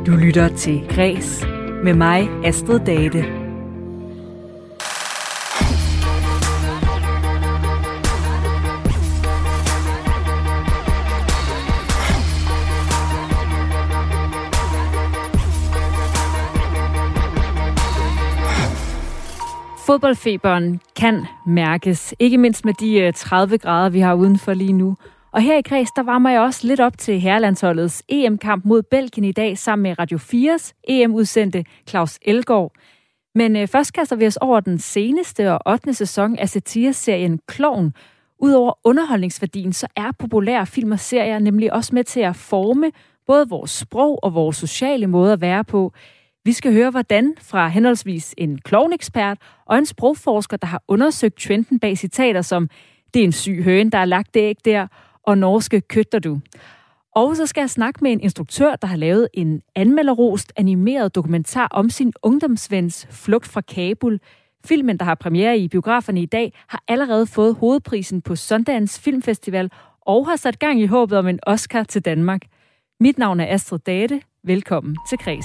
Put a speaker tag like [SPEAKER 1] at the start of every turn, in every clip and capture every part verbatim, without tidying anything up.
[SPEAKER 1] Du lytter til Græs med mig, Astrid Date. Fodboldfeberen kan mærkes, ikke mindst med de tredive grader, vi har udenfor lige nu. Og her i Græs, der varmer jeg også lidt op til herrelandsholdets E M-kamp mod Belgien i dag, sammen med Radio fires E M-udsendte Claus Elgaard. Men øh, først kaster vi os over den seneste og ottende sæson af satireserien Klovn. Udover underholdningsværdien, så er populære film og serier nemlig også med til at forme både vores sprog og vores sociale måde at være på. Vi skal høre, hvordan fra henholdsvis en klovnekspert og en sprogforsker, der har undersøgt trenden bag citater som "det er en syg høne, der er lagt det æg der", og "norske køtter du". Og så skal jeg snakke med en instruktør, der har lavet en anmelderrost animeret dokumentar om sin ungdomsvens flugt fra Kabul. Filmen, der har premiere i biograferne i dag, har allerede fået hovedprisen på Sundance Filmfestival og har sat gang i håbet om en Oscar til Danmark. Mit navn er Astrid Date. Velkommen til Græs.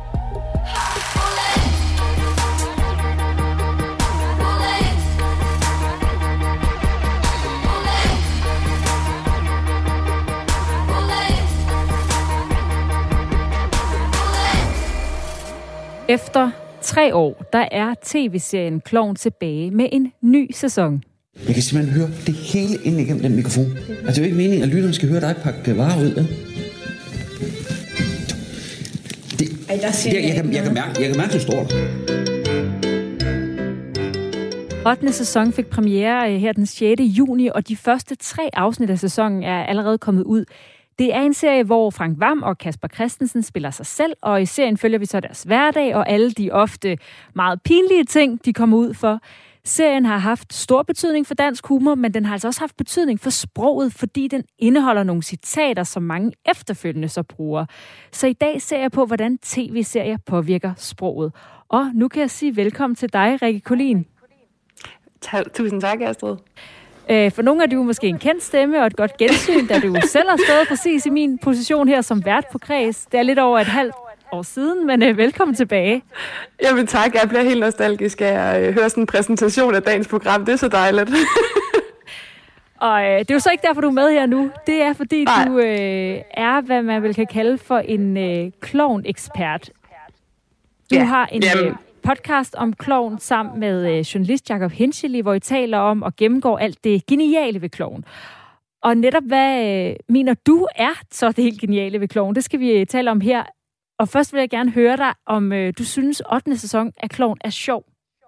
[SPEAKER 1] Efter tre år, der er tv-serien Klovn tilbage med en ny sæson.
[SPEAKER 2] Jeg kan simpelthen høre det hele ind igennem den mikrofon. Altså, det er jo ikke meningen, at lytterne skal høre dig pakke varer ud. Ja? Det, Ej, der det, jeg, jeg, kan, jeg, kan mærke, jeg kan mærke, det står der.
[SPEAKER 1] ottende sæson fik premiere her den sjette juni, og de første tre afsnit af sæsonen er allerede kommet ud. Det er en serie, hvor Frank Hvam og Kasper Christensen spiller sig selv, og i serien følger vi så deres hverdag og alle de ofte meget pinlige ting, de kommer ud for. Serien har haft stor betydning for dansk humor, men den har altså også haft betydning for sproget, fordi den indeholder nogle citater, som mange efterfølgende så bruger. Så i dag ser jeg på, hvordan tv-serier påvirker sproget. Og nu kan jeg sige velkommen til dig, Rikke Collin.
[SPEAKER 3] Tusind tak, Astrid.
[SPEAKER 1] For nogle af du er måske en kendt stemme og et godt gensyn, da du selv har stået præcis i min position her som vært på Græs. Det er lidt over et halvt år siden, men uh, velkommen tilbage.
[SPEAKER 3] Jamen tak, jeg bliver helt nostalgisk af at uh, høre sådan en præsentation af dagens program. Det er så dejligt.
[SPEAKER 1] Og uh, det er jo så ikke derfor, du er med her nu. Det er fordi, Nej. du uh, er, hvad man vel kan kalde for en uh, klovn-ekspert. Du ja. har en... Uh, podcast om klovn sammen med øh, journalist Jacob Hinchely, hvor I taler om og gennemgår alt det geniale ved klovn. Og netop hvad øh, mener du er så det helt geniale ved klovn? Det skal vi øh, tale om her. Og først vil jeg gerne høre dig, om øh, du synes, ottende sæson af Klovn er sjov.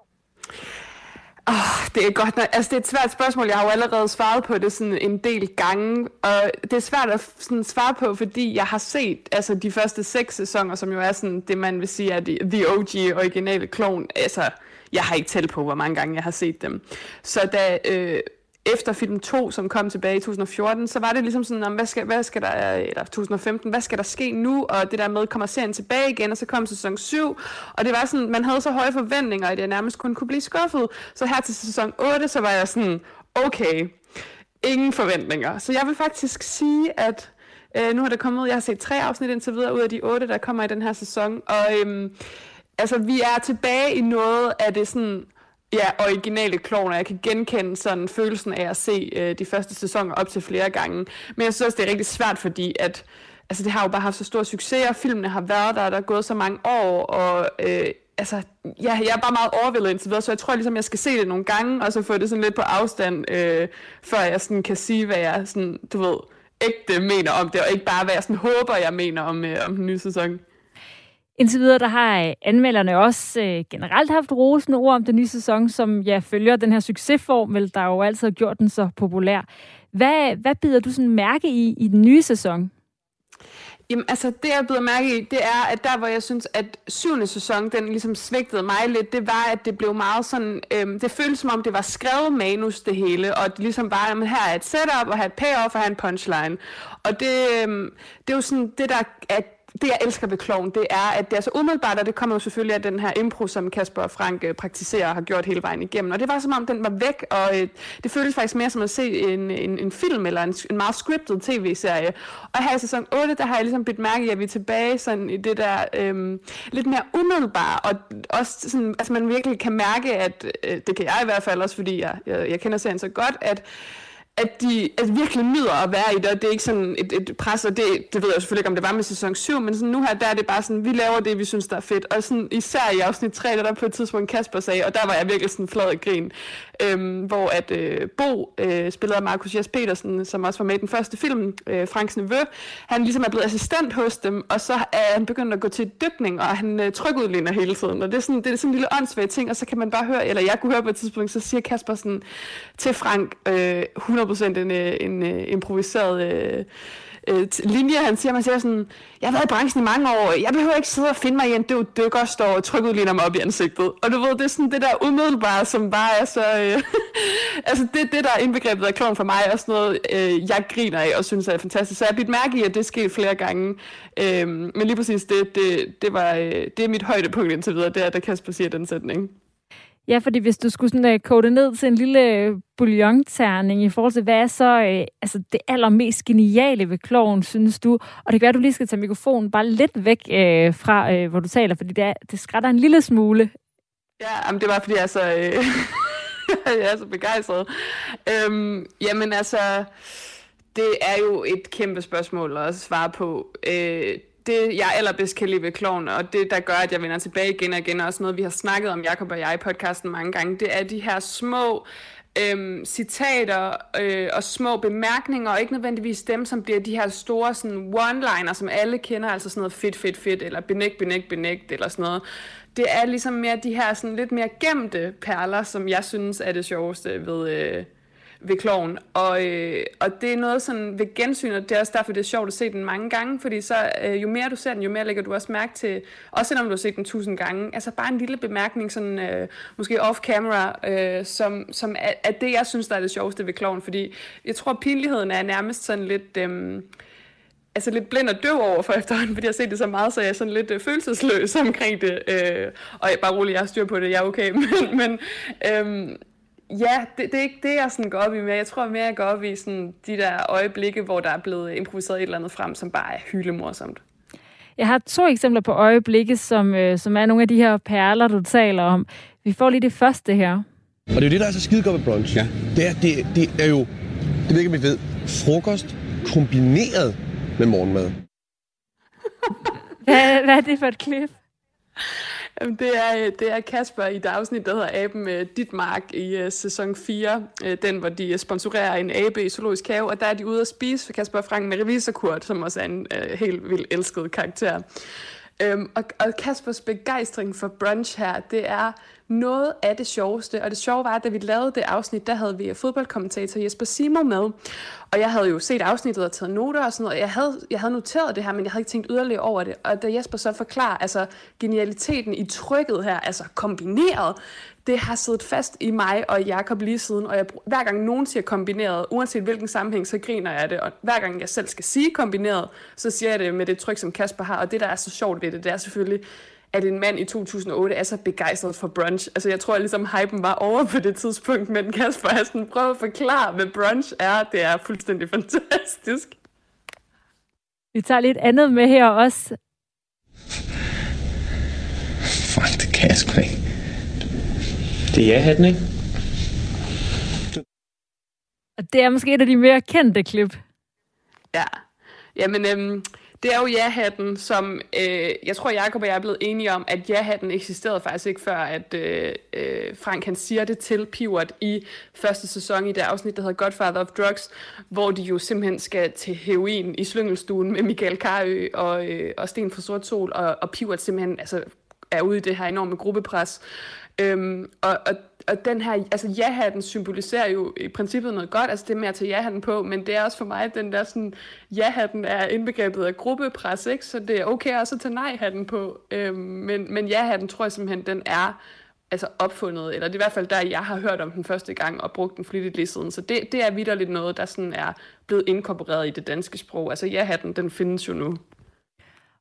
[SPEAKER 3] Oh, det er godt nok. Altså, det er et svært spørgsmål. Jeg har jo allerede svaret på det sådan en del gange. Og det er svært at sådan svare på, fordi jeg har set altså, de første seks sæsoner, som jo er sådan det, man vil sige er de, the O G originale Klovn. Altså, jeg har ikke talt på, hvor mange gange jeg har set dem. Så da... Øh, efter film to, som kom tilbage i to tusind og fjorten, så var det ligesom sådan, hvad skal, hvad skal der, eller to tusind og femten, hvad skal der ske nu? Og det der med, kommer serien tilbage igen, og så kom sæson syv, og det var sådan, man havde så høje forventninger, at jeg nærmest kun kunne blive skuffet. Så her til sæson otte, så var jeg sådan, okay, ingen forventninger. Så jeg vil faktisk sige, at øh, nu har der kommet, jeg har set tre afsnit indtil videre ud af de otte, der kommer i den her sæson, og øhm, altså, vi er tilbage i noget af det sådan, ja, originale klovner. Jeg kan genkende sådan følelsen af at se øh, de første sæsoner op til flere gange. Men jeg synes også, det er rigtig svært, fordi at, altså, det har jo bare haft så stor succes, og filmene har været der, der er gået så mange år, og øh, altså, ja, jeg er bare meget overvældet indtil videre, så jeg tror ligesom, jeg skal se det nogle gange, og så få det sådan lidt på afstand, øh, før jeg sådan kan sige, hvad jeg sådan, du ved, ægte mener om det, og ikke bare, hvad jeg sådan håber, jeg mener om, øh, om den nye sæson.
[SPEAKER 1] Indtil videre, der har anmelderne også øh, generelt haft rosende ord om den nye sæson, som ja, følger den her succesformel, der jo altid har gjort den så populær. Hvad, hvad bider du sådan mærke i i den nye sæson?
[SPEAKER 3] Jamen, altså, det jeg bider mærke i, det er, at der, hvor jeg synes, at syvende sæson, den ligesom svigtede mig lidt, det var, at det blev meget sådan, øhm, det føltes som om, det var skrevet manus, det hele, og det ligesom bare, at her er et setup, og have et payoff, og have en punchline. Og det, øhm, det er jo sådan, det der er det, jeg elsker ved Klovn, det er, at det er så umiddelbart, og det kommer jo selvfølgelig af den her impro, som Kasper og Frank øh, praktiserer og har gjort hele vejen igennem. Og det var som om, den var væk, og øh, det føltes faktisk mere som at se en, en, en film eller en, en meget scriptet tv-serie. Og her i sæson otte, der har jeg ligesom bidt mærke i, at vi er tilbage sådan, i det der øh, lidt mere umiddelbare, og også sådan, altså man virkelig kan mærke, at øh, det kan jeg i hvert fald også, fordi jeg, jeg, jeg kender serien så godt, at at de at virkelig nyder at være i det, og det er ikke sådan et, et pres, og det, det ved jeg selvfølgelig ikke, om det var med sæson syv, men sådan nu her, der er det bare sådan, vi laver det, vi synes, der er fedt, og sådan især i afsnit tre, der der på et tidspunkt Kasper sagde, og der var jeg virkelig sådan flad af grin, øhm, hvor at øh, Bo, øh, spillet af Markus Jes Petersen, som også var med i den første film, øh, Franks nevø, han ligesom er blevet assistent hos dem, og så er han begyndt at gå til dykning, og han øh, trykudligner hele tiden, og det er sådan, det er sådan en lille åndssvagt ting, og så kan man bare høre, eller jeg kunne høre på et tidspunkt, så siger Kasper sådan til Frank, øh, hundrede procent en, en, en improviseret øh, øh, linje. Han siger, man siger sådan, jeg har været i branchen i mange år, jeg behøver ikke sidde og finde mig i en død dykker, står og trykudligner mig op i ansigtet. Og du ved, det er sådan det der umiddelbare, som bare er så... Øh, altså det, det der er indbegrebet af Klovn for mig, er også noget, øh, jeg griner af og synes er fantastisk. Så jeg har bidt mærke i, at det er sket flere gange. Øh, men lige præcis, det, det, det, var, øh, det er mit højdepunkt indtil videre, det er, da Kasper siger den sætning.
[SPEAKER 1] Ja, fordi hvis du skulle sådan uh, kode det ned til en lille bouillonterning i forhold til, hvad er så uh, altså det allermest geniale ved Klovn, synes du? Og det kan være, at du lige skal tage mikrofonen bare lidt væk uh, fra, uh, hvor du taler, fordi det, er, det skrætter en lille smule.
[SPEAKER 3] Ja, jamen, det var, fordi jeg er så, øh, jeg er så begejstret. Øhm, jamen altså, det er jo et kæmpe spørgsmål at svare på. Øh, Det, jeg allerbedst kan lide ved Klovn, og det, der gør, at jeg vender tilbage igen og igen, og også noget, vi har snakket om, Jacob og jeg i podcasten mange gange, det er de her små øhm, citater øh, og små bemærkninger, og ikke nødvendigvis dem, som bliver de her store sådan, one-liner, som alle kender, altså sådan noget fedt, fedt, fedt, eller benægt, benægt, benægt, eller sådan noget. Det er ligesom mere de her sådan, lidt mere gemte perler, som jeg synes er det sjoveste ved... Øh, ved Klovn, og, øh, og det er noget sådan ved gensyn, og det er også derfor, det er sjovt at se den mange gange, fordi så øh, jo mere du ser den, jo mere lægger du også mærke til, også selvom du har set den tusind gange, altså bare en lille bemærkning, sådan øh, måske off-camera, øh, som, som er, er det, jeg synes, der er det sjoveste ved Klovn, fordi jeg tror, pinligheden er nærmest sådan lidt... Øh, altså lidt blind og døv over for efterhånden, fordi jeg har set det så meget, så jeg er sådan lidt øh, følelsesløs omkring det, øh, og jeg, bare roligt, jeg har styr på det, jeg er okay, men... men øh, Ja, det, det er ikke det, jeg sådan går op i mere. Jeg tror mere, jeg går op i sådan de der øjeblikke, hvor der er blevet improviseret et eller andet frem, som bare er hylemorsomt.
[SPEAKER 1] Jeg har to eksempler på øjeblikke, som, øh, som er nogle af de her perler, du taler om. Vi får lige det første her.
[SPEAKER 4] Og det er jo det, der er så skide godt ved brunch. Ja. Det, er, det, det er jo, det ved ikke, om I ved, frokost kombineret med morgenmad.
[SPEAKER 1] hvad, hvad er det for et klip?
[SPEAKER 3] Jamen, det er, det er Kasper i det afsnit, der hedder Aben med Ditmark i uh, sæson fire. Uh, den, hvor de sponsorerer en abe i Zoologisk Have, og der er de ude at spise for Kasper og Frank med revisorkurt, som også er en uh, helt vildt elsket karakter. Um, og, og Kaspers begejstring for brunch her, det er noget af det sjoveste. Og det sjove var, at da vi lavede det afsnit, der havde vi fodboldkommentator Jesper Simo med. Og jeg havde jo set afsnittet og taget noter og sådan noget. Jeg havde, jeg havde noteret det her, men jeg havde ikke tænkt yderligere over det. Og da Jesper så forklarer, altså genialiteten i trykket her, altså kombineret, det har siddet fast i mig og Jacob lige siden. Og jeg, hver gang nogen siger kombineret, uanset hvilken sammenhæng, så griner jeg det. Og hver gang jeg selv skal sige kombineret, så siger jeg det med det tryk, som Kasper har. Og det, der er så sjovt ved det, det er selvfølgelig, at en mand i to tusind og otte er så begejstret for brunch. Altså, jeg tror ligesom, hypen var over på det tidspunkt, men Kasper har sådan prøvet at forklare, hvad brunch er. Det er fuldstændig fantastisk.
[SPEAKER 1] Vi tager lidt andet med her også.
[SPEAKER 5] Fuck, det kan jeg sgu ikke. Det er ja-hatten, ikke?
[SPEAKER 1] Og det er måske et af de mere kendte klip.
[SPEAKER 3] Ja. Jamen, øhm, det er jo ja-hatten, som øh, jeg tror, Jacob og jeg er blevet enige om, at ja-hatten eksisterede faktisk ikke før, at øh, øh, Frank han siger det til Pivot i første sæson i det afsnit, der hedder Godfather of Drugs, hvor de jo simpelthen skal til heroin i slyngelstuen med Michael Karø og, øh, og Sten fra Sort Sol, og, og Pivot simpelthen altså, er ude i det her enorme gruppepres. Øhm, og, og, og den her, altså ja-hatten symboliserer jo i princippet noget godt, altså det med at tage ja-hatten på, men det er også for mig, den der sådan, ja-hatten er indbegrebet af gruppepres, ikke? Så det er okay også at tage nej-hatten på, øhm, men, men ja-hatten tror jeg simpelthen, den er altså opfundet, eller det er i hvert fald der, jeg har hørt om den første gang og brugt den flittigt lige siden, så det, det er vitterligt noget, der sådan er blevet inkorporeret i det danske sprog, altså ja-hatten, den findes jo nu.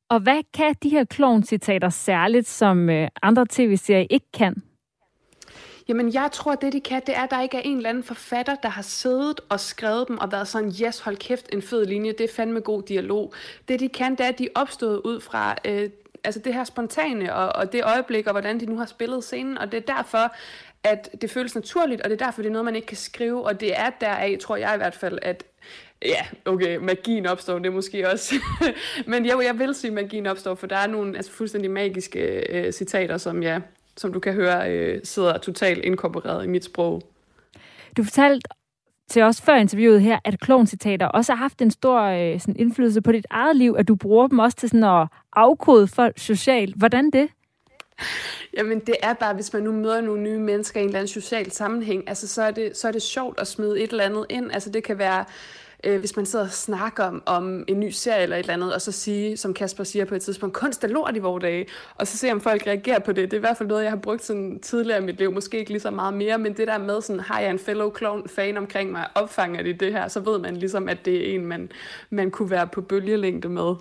[SPEAKER 1] Og hvad kan de her klovncitater særligt, som øh, andre tv-serier ikke kan?
[SPEAKER 3] Jamen, jeg tror, det de kan, det er, at der ikke er en eller anden forfatter, der har siddet og skrevet dem og været sådan, yes, hold kæft, en fed linje, det er fandme god dialog. Det de kan, det er, at de er opstået ud fra øh, altså det her spontane og, og det øjeblik, og hvordan de nu har spillet scenen, og det er derfor, at det føles naturligt, og det er derfor, det er noget, man ikke kan skrive, og det er deraf, tror jeg i hvert fald, at ja, okay, magien opstår, det er måske også. Men jeg, jeg vil sige, at magien opstår, for der er nogle altså, fuldstændig magiske øh, citater, som, ja, som du kan høre øh, sidder totalt inkorporeret i mit sprog.
[SPEAKER 1] Du fortalte til os før interviewet her, at klovncitater også har haft en stor øh, sådan indflydelse på dit eget liv, at du bruger dem også til sådan at afkode folk socialt. Hvordan det?
[SPEAKER 3] Jamen, det er bare, hvis man nu møder nogle nye mennesker i en eller anden social sammenhæng, altså, så er det, så er det sjovt at smide et eller andet ind. Altså, det kan være, øh, hvis man sidder og snakker om, om en ny serie eller et eller andet, og så sige, som Kasper siger på et tidspunkt, kunst er lort i vore dage, og så se, om folk reagerer på det. Det er i hvert fald noget, jeg har brugt sådan tidligere i mit liv, måske ikke lige så meget mere, men det der med, sådan, har jeg en fellow clown-fan omkring mig, opfanger de det her, så ved man ligesom, at det er en, man, man kunne være på bølgelængde med.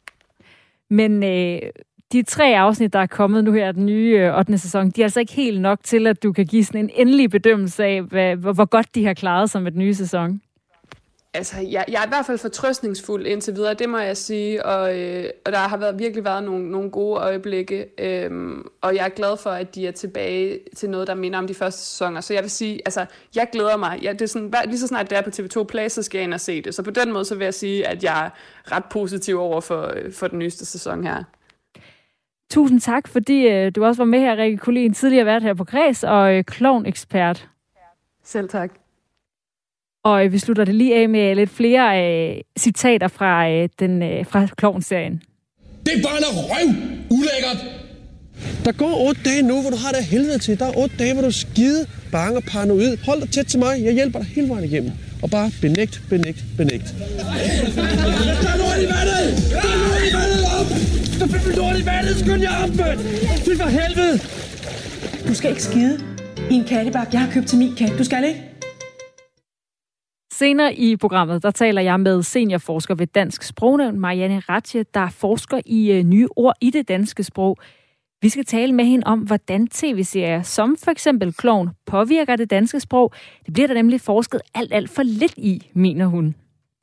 [SPEAKER 3] Men
[SPEAKER 1] øh, de tre afsnit, der er kommet nu her af den nye øh, ottende sæson, de er altså ikke helt nok til, at du kan give sådan en endelig bedømmelse af, hvad, hvor, hvor godt de har klaret sig med den nye sæson.
[SPEAKER 3] Altså, jeg, jeg er i hvert fald fortrøstningsfuld indtil videre, det må jeg sige, og, øh, og der har været, virkelig været nogle, nogle gode øjeblikke, øhm, og jeg er glad for, at de er tilbage til noget, der minder om de første sæsoner. Så jeg vil sige, altså, jeg glæder mig. Jeg, det er sådan, lige så snart det er på T V to Play, så skal jeg ind og se det. Så på den måde, så vil jeg sige, at jeg er ret positiv over for, for den nyeste sæson her.
[SPEAKER 1] Tusind tak, fordi øh, du også var med her, Rikke Collin, tidligere været her på Græs og øh, klovn-ekspert.
[SPEAKER 3] Selv tak.
[SPEAKER 1] Og øh, vi slutter det lige af med lidt flere øh, citater fra, øh, den, øh, fra klovn-serien.
[SPEAKER 4] Det er bare noget røv! Ulækkert! Der går otte dage nu, hvor du har det helvede til. Der er otte dage, hvor du er skide bange og paranoid. Hold dig tæt til mig. Jeg hjælper dig hele vejen igennem. Og bare benægt, benægt, benægt. Der er lort i vandet! Der er lort i vandet op! Der er lort i vandet! Skynd jer op, mand! Fy for helvede!
[SPEAKER 6] Du skal ikke skide i en kattebak, jeg har købt til min kat. Du skal ikke?
[SPEAKER 1] Senere i programmet, der taler jeg med seniorforsker ved Dansk Sprognævn, Marianne Ratje, der forsker i uh, nye ord i det danske sprog. Vi skal tale med hende om, hvordan tv-serier, som for eksempel Klovn, påvirker det danske sprog. Det bliver der nemlig forsket alt, alt for lidt i, mener hun.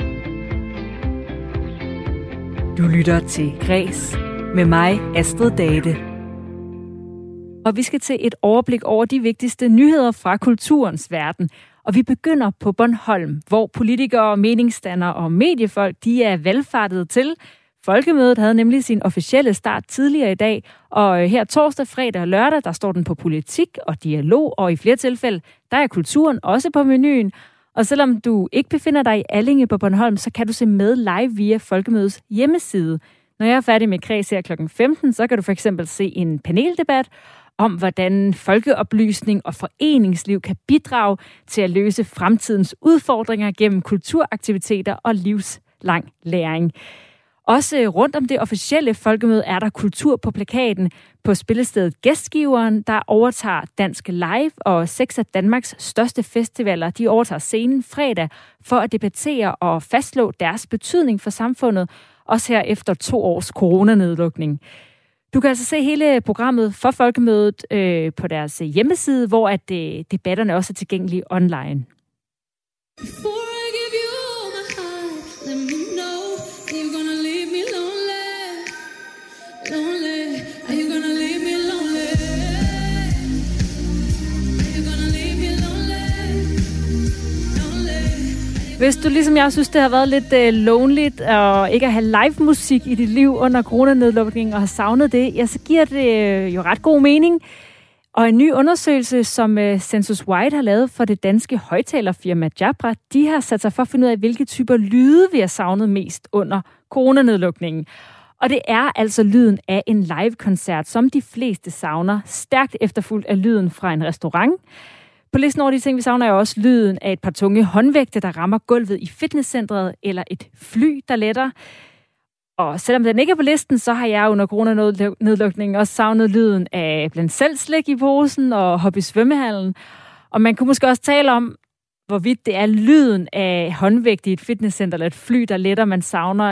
[SPEAKER 1] Du lytter til Græs med mig, Astrid Date. Og vi skal til et overblik over de vigtigste nyheder fra kulturens verden. Og vi begynder på Bornholm, hvor politikere, meningsdannere og mediefolk, de er valgfartet til. Folkemødet havde nemlig sin officielle start tidligere i dag, og her torsdag, fredag og lørdag, der står den på politik og dialog, og i flere tilfælde, der er kulturen også på menuen. Og selvom du ikke befinder dig i Allinge på Bornholm, så kan du se med live via Folkemødets hjemmeside. Når jeg er færdig med Kreds her klokken femten, så kan du for eksempel se en paneldebat om, hvordan folkeoplysning og foreningsliv kan bidrage til at løse fremtidens udfordringer gennem kulturaktiviteter og livslang læring. Også rundt om det officielle folkemøde er der kultur på plakaten. På spillestedet Gæstgiveren, der overtager Dansk Live, og seks af Danmarks største festivaler, de overtager scenen fredag for at debattere og fastslå deres betydning for samfundet, også her efter to års coronanedlukning. Du kan altså se hele programmet for folkemødet øh, på deres hjemmeside, hvor at, øh, debatterne også er tilgængelige online. Hvis du ligesom jeg synes, det har været lidt øh, lonelyt og ikke at have live musik i dit liv under coronanedlukningen og har savnet det, ja, så giver det øh, jo ret god mening. Og en ny undersøgelse, som øh, Census White har lavet for det danske højtalerfirma Jabra, de har sat sig for at finde ud af, hvilke typer lyde vi har savnet mest under coronanedlukningen. Og det er altså lyden af en live-koncert, som de fleste savner, stærkt efterfulgt af lyden fra en restaurant. På listen over de ting, vi savner, er også lyden af et par tunge håndvægte, der rammer gulvet i fitnesscentret, eller et fly, der letter. Og selvom den ikke er på listen, så har jeg under coronanedlukningen også savnet lyden af blandt selv slik i posen og hop i svømmehallen. Og man kunne måske også tale om, hvorvidt det er lyden af håndvægte i et fitnesscenter eller et fly, der letter, man savner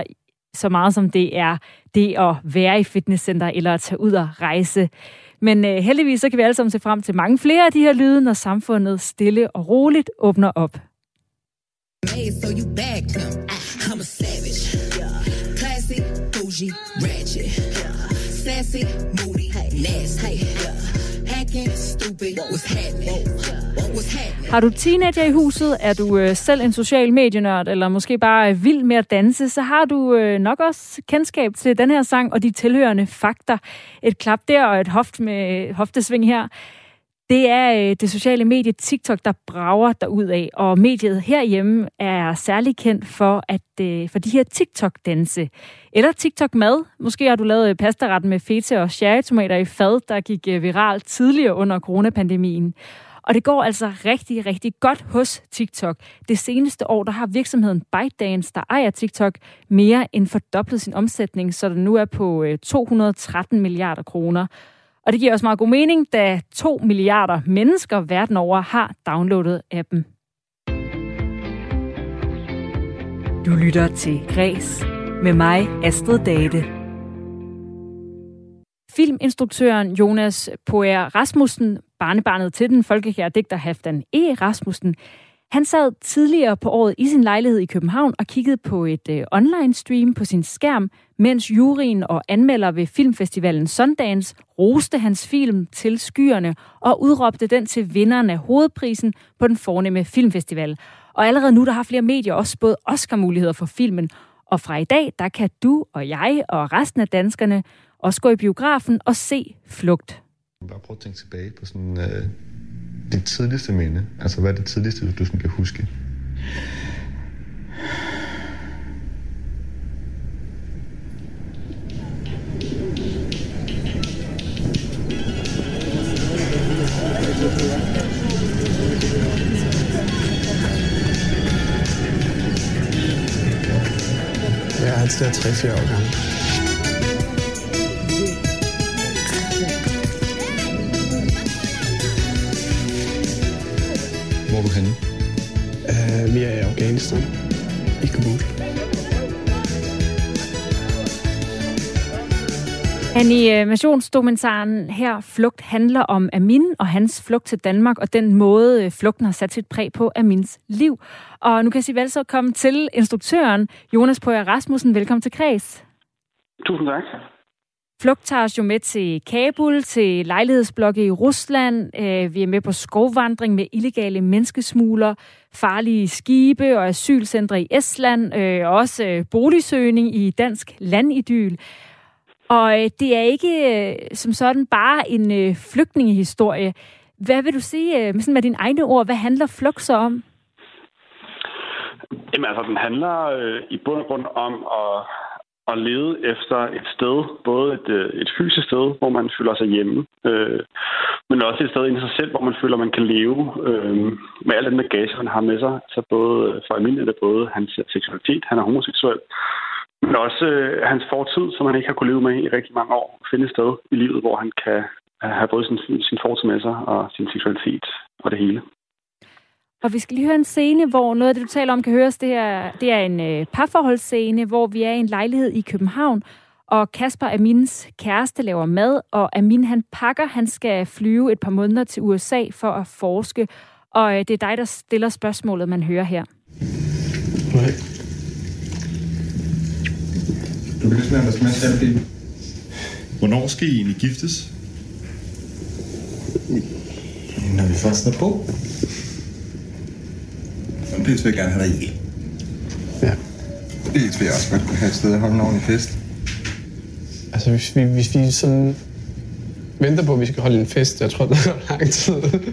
[SPEAKER 1] så meget som det er det at være i fitnesscenter eller at tage ud og rejse. Men øh, heldigvis så kan vi alle sammen se frem til mange flere af de her lyde, når samfundet stille og roligt åbner op.
[SPEAKER 7] So you back, I'm a savage, classy, bougie, ratchet, sassy, moody, nasty, hacking, stupid, what's happening, what's happening.
[SPEAKER 1] Har du teenager i huset, er du øh, selv en social medienørd, eller måske bare øh, vild med at danse, så har du øh, nok også kendskab til den her sang og de tilhørende fakter. Et klap der og et hoft med hoftesving her. Det er øh, det sociale medie TikTok, der brager derudad, og mediet herhjemme er særlig kendt for, at, øh, for de her TikTok-danse. Eller TikTok-mad. Måske har du lavet pastaretten med feta og cherrytomater i fad, der gik øh, viralt tidligere under coronapandemien. Og det går altså rigtig, rigtig godt hos TikTok. Det seneste år, der har virksomheden ByteDance, der ejer TikTok, mere end fordoblet sin omsætning, så den nu er på øh, to hundrede og tretten milliarder kroner. Og det giver også meget god mening, da to milliarder mennesker verden over har downloadet appen. Du lytter til Græs med mig, Astrid Date. Filminstruktøren Jonas Poer Rasmussen, barnebarnet til den folkekære digter Halfdan E. Rasmussen, han sad tidligere på året i sin lejlighed i København og kiggede på et øh, online-stream på sin skærm, mens juryen og anmelder ved filmfestivalen Sundance roste hans film til skyerne og udråbte den til vinderen af hovedprisen på den fornemme filmfestival. Og allerede nu der har flere medier også spået Oscar-muligheder for filmen. Og fra i dag, der kan du og jeg og resten af danskerne også gå i biografen og se Flugt.
[SPEAKER 8] Bare prøv at tænke tilbage på sådan øh, dit tidligste minde. Altså, hvad er det tidligste, du sådan kan huske?
[SPEAKER 4] Jeg er altid tre fire år gammel.
[SPEAKER 8] Hvor er du henne?
[SPEAKER 4] Uh, vi er i Afghanistan. I Kabul.
[SPEAKER 1] Animationsdokumentaren her, Flugt, handler om Amin og hans flugt til Danmark, og den måde, flugten har sat sit præg på Amins liv. Og nu kan jeg sige vel så komme til instruktøren Jonas Poer Rasmussen. Velkommen til Kreds.
[SPEAKER 9] Tusind tak.
[SPEAKER 1] Flugt tager os jo med til Kabul, til lejlighedsblokke i Rusland. Vi er med på skovvandring med illegale menneskesmugler, farlige skibe og asylcentre i Estland, og også boligsøgning i dansk landidyl. Og det er ikke som sådan bare en flygtningehistorie. Hvad vil du sige med, sådan med dine egne ord? Hvad handler Flugt så om?
[SPEAKER 9] Jamen altså, den handler øh, i bund og grund om at, at lede efter et sted, både et, et fysisk sted, hvor man føler sig hjemme, øh, men også et sted i sig selv, hvor man føler, man kan leve øh, med al den bagage, han har med sig. Så både for Amin er det både hans seksualitet, han er homoseksuel, men også øh, hans fortid, som han ikke har kunnet leve med i rigtig mange år. Finde et sted i livet, hvor han kan have både sin, sin fortid med sig og sin seksualitet og det hele.
[SPEAKER 1] Og vi skal lige høre en scene, hvor noget af det, du taler om, kan høres. Det, her, det er en øh, parforholdsscene, hvor vi er i en lejlighed i København, og Kasper, Amins kæreste, laver mad, og Amin, han pakker, han skal flyve et par måneder til U S A for at forske. Og øh, det er dig, der stiller spørgsmålet, man hører her.
[SPEAKER 8] Nej. Du vil lige hvad skal man det? Hvornår skal I egentlig giftes? Når vi først er på. Og det vil jeg gerne have dig i.
[SPEAKER 4] Ja.
[SPEAKER 8] Det vil jeg også godt kunne have et sted at holde en ordentlig fest.
[SPEAKER 4] Altså, hvis vi, hvis vi sådan venter på, at vi skal holde en fest, jeg tror, det er lang tid.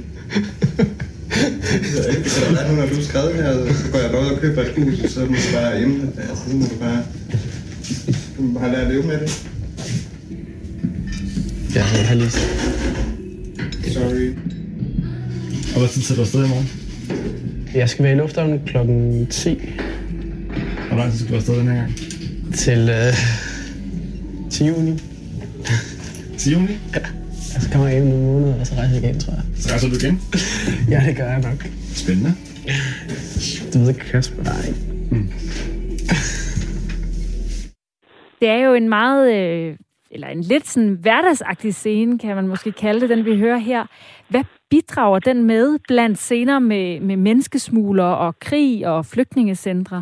[SPEAKER 8] Så der er nu, når du er skrevet her, så går jeg bare ud og køber et hus, så er du bare hjemme. Altså, så må du bare... Du må bare lære at leve med det.
[SPEAKER 4] Ja, jeg har lige...
[SPEAKER 8] Sorry. Og hvad tid sætter du afsted i morgen?
[SPEAKER 4] Jeg skal være i lufthavnen klokken ti.
[SPEAKER 8] Hvor lang tid skal du afsted den her gang?
[SPEAKER 4] Til... Øh, til juni.
[SPEAKER 8] Til juni?
[SPEAKER 4] Ja. Jeg så kommer jeg hjem nogle måneder, og så rejser jeg igen, tror jeg.
[SPEAKER 8] Så rejser du igen?
[SPEAKER 4] Ja, det gør jeg nok.
[SPEAKER 8] Spændende.
[SPEAKER 4] Du ved ikke, Kasper. Nej. Mm.
[SPEAKER 1] Det er jo en meget, øh, eller en lidt sådan hverdagsagtig scene, kan man måske kalde det, den vi hører her. Hvad bidrager den med blandt scener med, med menneskesmugler og krig og flygtningecentre?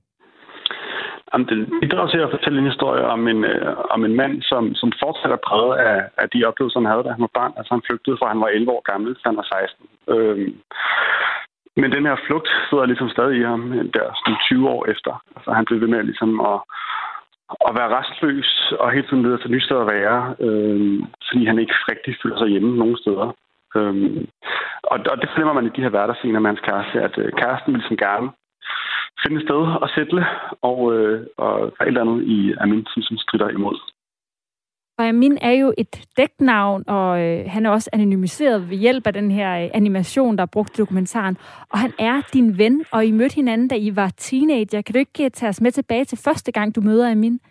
[SPEAKER 9] Jamen, den bidrager til at fortælle en historie om en, øh, om en mand, som, som fortsat er præget af, af de oplevelser, han havde, da han var barn. Altså han flygtede fra, han var elleve år gammel, da han var seksten. Øhm, men den her flugt sidder ligesom stadig i ham, der sådan tyve år efter. Altså han blev ved med ligesom at, at være restløs og hele tiden leder til nye steder at være, øhm, fordi han ikke rigtig føler sig hjemme nogen steder. Øhm, og, og det fornemmer man i de her hverdagsscener med hans kæreste, at øh, kæresten vil ligesom gerne finde et sted og sætte, og, øh, og der er et eller andet i Amin, som, som strider imod.
[SPEAKER 1] Og Amin er jo et dæknavn, og øh, han er også anonymiseret ved hjælp af den her øh, animation, der er brugt i dokumentaren. Og han er din ven, og I mødte hinanden, da I var teenager. Kan du ikke tage os med tilbage til første gang, du møder Amin?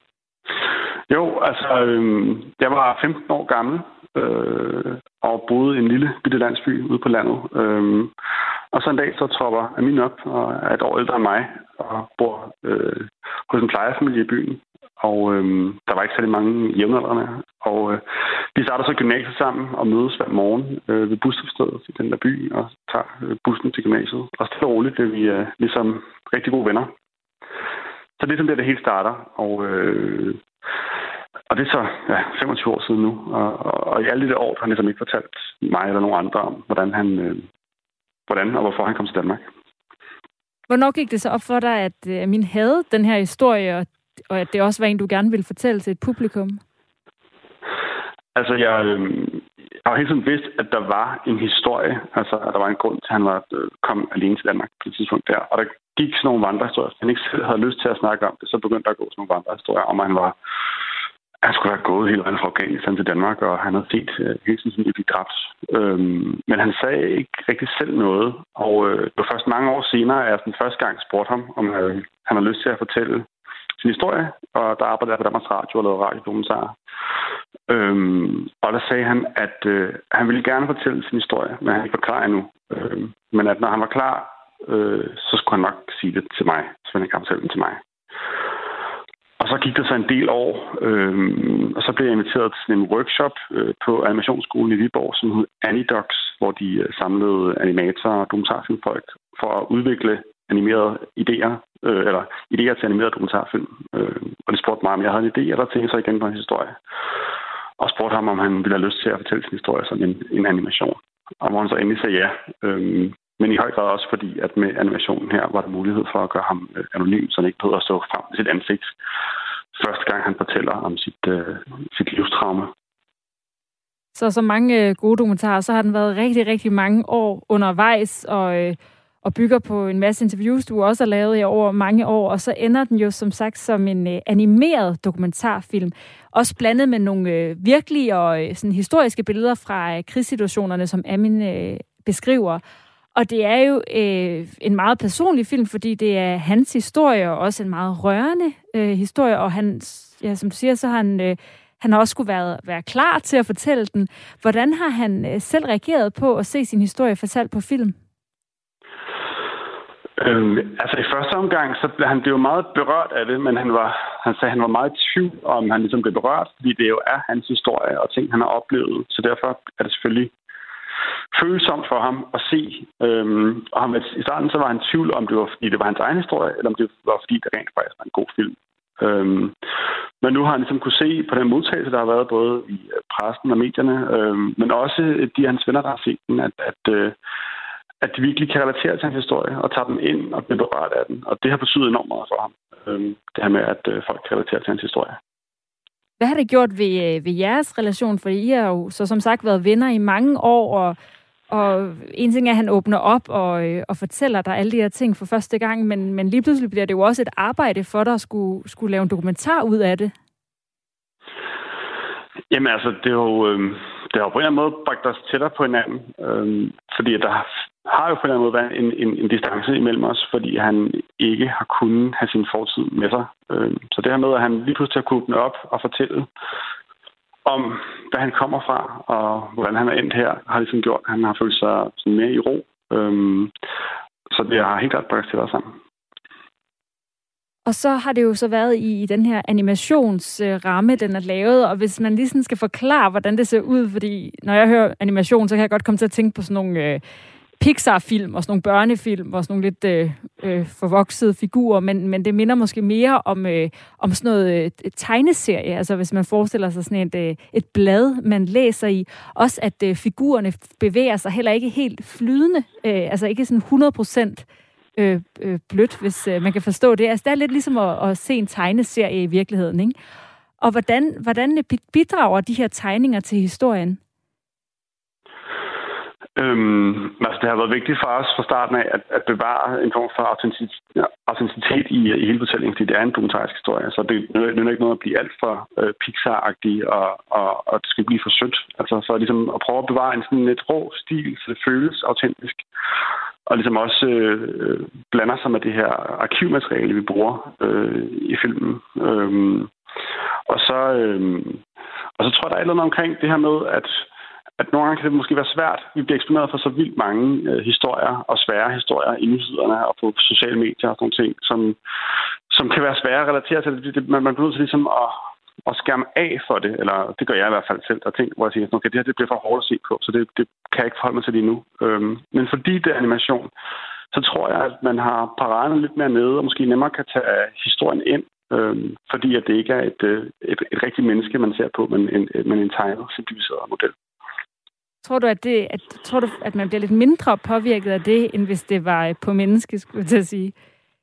[SPEAKER 9] Jo, altså, øh, jeg var femten år gammel, øh, og boede i en lille bitte landsby ude på landet. Øh, og så en dag, så tropper Amin op, og er et år ældre end mig, og bor øh, hos en plejefamilie i byen. Og øh, der var ikke særlig mange jævnaldrende. Og øh, vi starter så gymnasiet sammen og mødes hver morgen øh, ved busstoppestedet i den der by, og tager øh, bussen til gymnasiet. Og stille og roligt bliver vi øh, ligesom rigtig gode venner. Så det er sådan der, det hele starter. Og, øh, og det er så ja, femogtyve år siden nu. Og, og, og i alle de der år har han ligesom ikke fortalt mig eller nogen andre om, hvordan han, øh, hvordan og hvorfor han kom til Danmark.
[SPEAKER 1] Hvornår gik det så op for dig, at øh, Amin havde den her historie, og og at det også var en, du gerne ville fortælle til et publikum?
[SPEAKER 9] Altså, jeg, øh, jeg har hele tiden vidst, at der var en historie. Altså, at der var en grund til, at han var, øh, kom alene til Danmark på et tidspunkt der. Og der gik sådan nogle vandrehistorier. Hvis han ikke selv havde lyst til at snakke om det, så begyndte der at gå sådan nogle vandrehistorier om, at han var han skulle have gået hele vejen fra Afghanistan til Danmark, og han havde set øh, hele tiden sådan, at blive dræbt. Øhm, men han sagde ikke rigtig selv noget. Og øh, det var først mange år senere, at jeg den første gang spurgte ham, om øh, han havde lyst til at fortælle sin historie, og der arbejdede jeg på Danmarks Radio og lavede radiodokumentarer. Øhm, og der sagde han, at øh, han ville gerne fortælle sin historie, men han ikke var klar endnu. Øhm, men at når han var klar, øh, så skulle han nok sige det til mig, så han ikke kan fortælle den til mig. Og så gik der så en del år, øh, og så blev jeg inviteret til en workshop øh, på animationsskolen i Viborg, som hed Animedocs, hvor de øh, samlede animatorer og dokumentarfilmfolk for at udvikle animerede idéer, øh, eller idéer til animerede dokumentarfilm. Øh, og de spurgte mig, om jeg havde en idé, eller tænkte sig igen på en historie. Og spurgte ham, om han ville have lyst til at fortælle sin historie som en, en animation. Og hvor han så endelig sagde ja. Øh, men i høj grad også fordi, at med animationen her var der mulighed for at gøre ham øh, anonym, så han ikke behøver at stå frem med sit ansigt første gang, han fortæller om sit, øh, sit livstraume.
[SPEAKER 1] Så så mange øh, gode dokumentarer, så har den været rigtig, rigtig mange år undervejs, og, øh, og bygger på en masse interviews, du også har lavet i over mange år, og så ender den jo som sagt som en øh, animeret dokumentarfilm, også blandet med nogle øh, virkelige og øh, sådan historiske billeder fra øh, krigssituationerne, som Amin øh, beskriver. Og det er jo øh, en meget personlig film, fordi det er hans historie, og også en meget rørende øh, historie, og han, ja, som du siger, så har han, øh, han har også skulle være, være klar til at fortælle den. Hvordan har han øh, selv reageret på at se sin historie fortalt på film?
[SPEAKER 9] Øhm, altså i første omgang, så blev han blev meget berørt af det, men han var, han sagde, han var meget i tvivl om, han ligesom blev berørt, fordi det jo er hans historie og ting, han har oplevet. Så derfor er det selvfølgelig følsomt for ham at se. Øhm, og han, i starten så var han i tvivl om, det var fordi det var hans egen historie, eller om det var fordi det rent faktisk var en god film. Øhm, men nu har han ligesom kunne se på den modtagelse, der har været både i pressen og medierne, øhm, men også de af hans venner, der har set den, at, at, øh, at de virkelig kan relatere til hans historie og tage dem ind og blive berørt af den. Og det har betydet enormt meget for ham. Øhm, det her med, at øh, folk kan relatere til hans historie.
[SPEAKER 1] Hvad har det gjort ved, ved jeres relation? For I har jo så som sagt været venner i mange år, og, og en ting er, at han åbner op og, og fortæller dig alle de her ting for første gang, men, men lige pludselig bliver det jo også et arbejde for dig at skulle, skulle lave en dokumentar ud af det.
[SPEAKER 9] Jamen altså, det har jo, øh, det har jo på en eller anden måde bragt os tættere på hinanden, øh, fordi der har jo på en eller anden måde været en, en, en distance imellem os, fordi han ikke har kunnet have sin fortid med sig. Øh, så det her med, at han lige pludselig har kunnet åbne op og fortælle om, hvad han kommer fra, og hvordan han er endt her, har ligesom gjort, at han har følt sig sådan mere i ro. Øh, så det har helt klart bragt os tættere sammen.
[SPEAKER 1] Og så har det jo så været i, i den her animationsramme, øh, den er lavet, og hvis man lige sådan skal forklare, hvordan det ser ud, fordi når jeg hører animation, så kan jeg godt komme til at tænke på sådan nogle øh, Pixar-film og sådan nogle børnefilm og sådan nogle lidt øh, øh, forvoksede figurer, men, men det minder måske mere om, øh, om sådan noget øh, tegneserie, altså hvis man forestiller sig sådan et, øh, et blad, man læser i. Også at øh, figurerne bevæger sig heller ikke helt flydende, øh, altså ikke sådan hundrede procent øh, øh, blødt, hvis øh, man kan forstå det. Altså det er lidt ligesom at, at se en tegneserie i virkeligheden, ikke? Og hvordan, hvordan bidrager de her tegninger til historien?
[SPEAKER 9] Øhm, altså det har været vigtigt for os fra starten af at, at bevare en form for autenticitet i, i hele fortællingen, fordi det er en dokumentarisk historie. Så det er ikke noget at blive alt for øh, Pixar-agtig, og, og, og det skal blive for sødt. Altså så ligesom at prøve at bevare en sådan lidt rå stil, så det føles autentisk. Og ligesom også øh, blander sig med det her arkivmateriale, vi bruger øh, i filmen. Øhm, og, så, øh, og så tror jeg, der er et eller andet omkring det her med, at at nogle gange kan det måske være svært. Vi bliver eksponeret for så vildt mange øh, historier og svære historier i nyhederne og på sociale medier og sådan nogle ting, som, som kan være svære at relatere til. Det, det, man, man bliver nødt til ligesom at, at skærme af for det, eller det gør jeg i hvert fald selv, der ting, hvor jeg siger, okay, det her det bliver for hårdt at se på, så det, det kan jeg ikke forholde mig til lige nu. Øhm, men fordi det er animation, så tror jeg, at man har paraderne lidt mere nede, og måske nemmere kan tage historien ind, øhm, fordi at det ikke er et, et, et, et rigtigt menneske, man ser på, men en, men en tegnet, simplificeret model.
[SPEAKER 1] Tror du, at, det, at, tror du, at man bliver lidt mindre påvirket af det, end hvis det var på menneske, skulle jeg til at sige?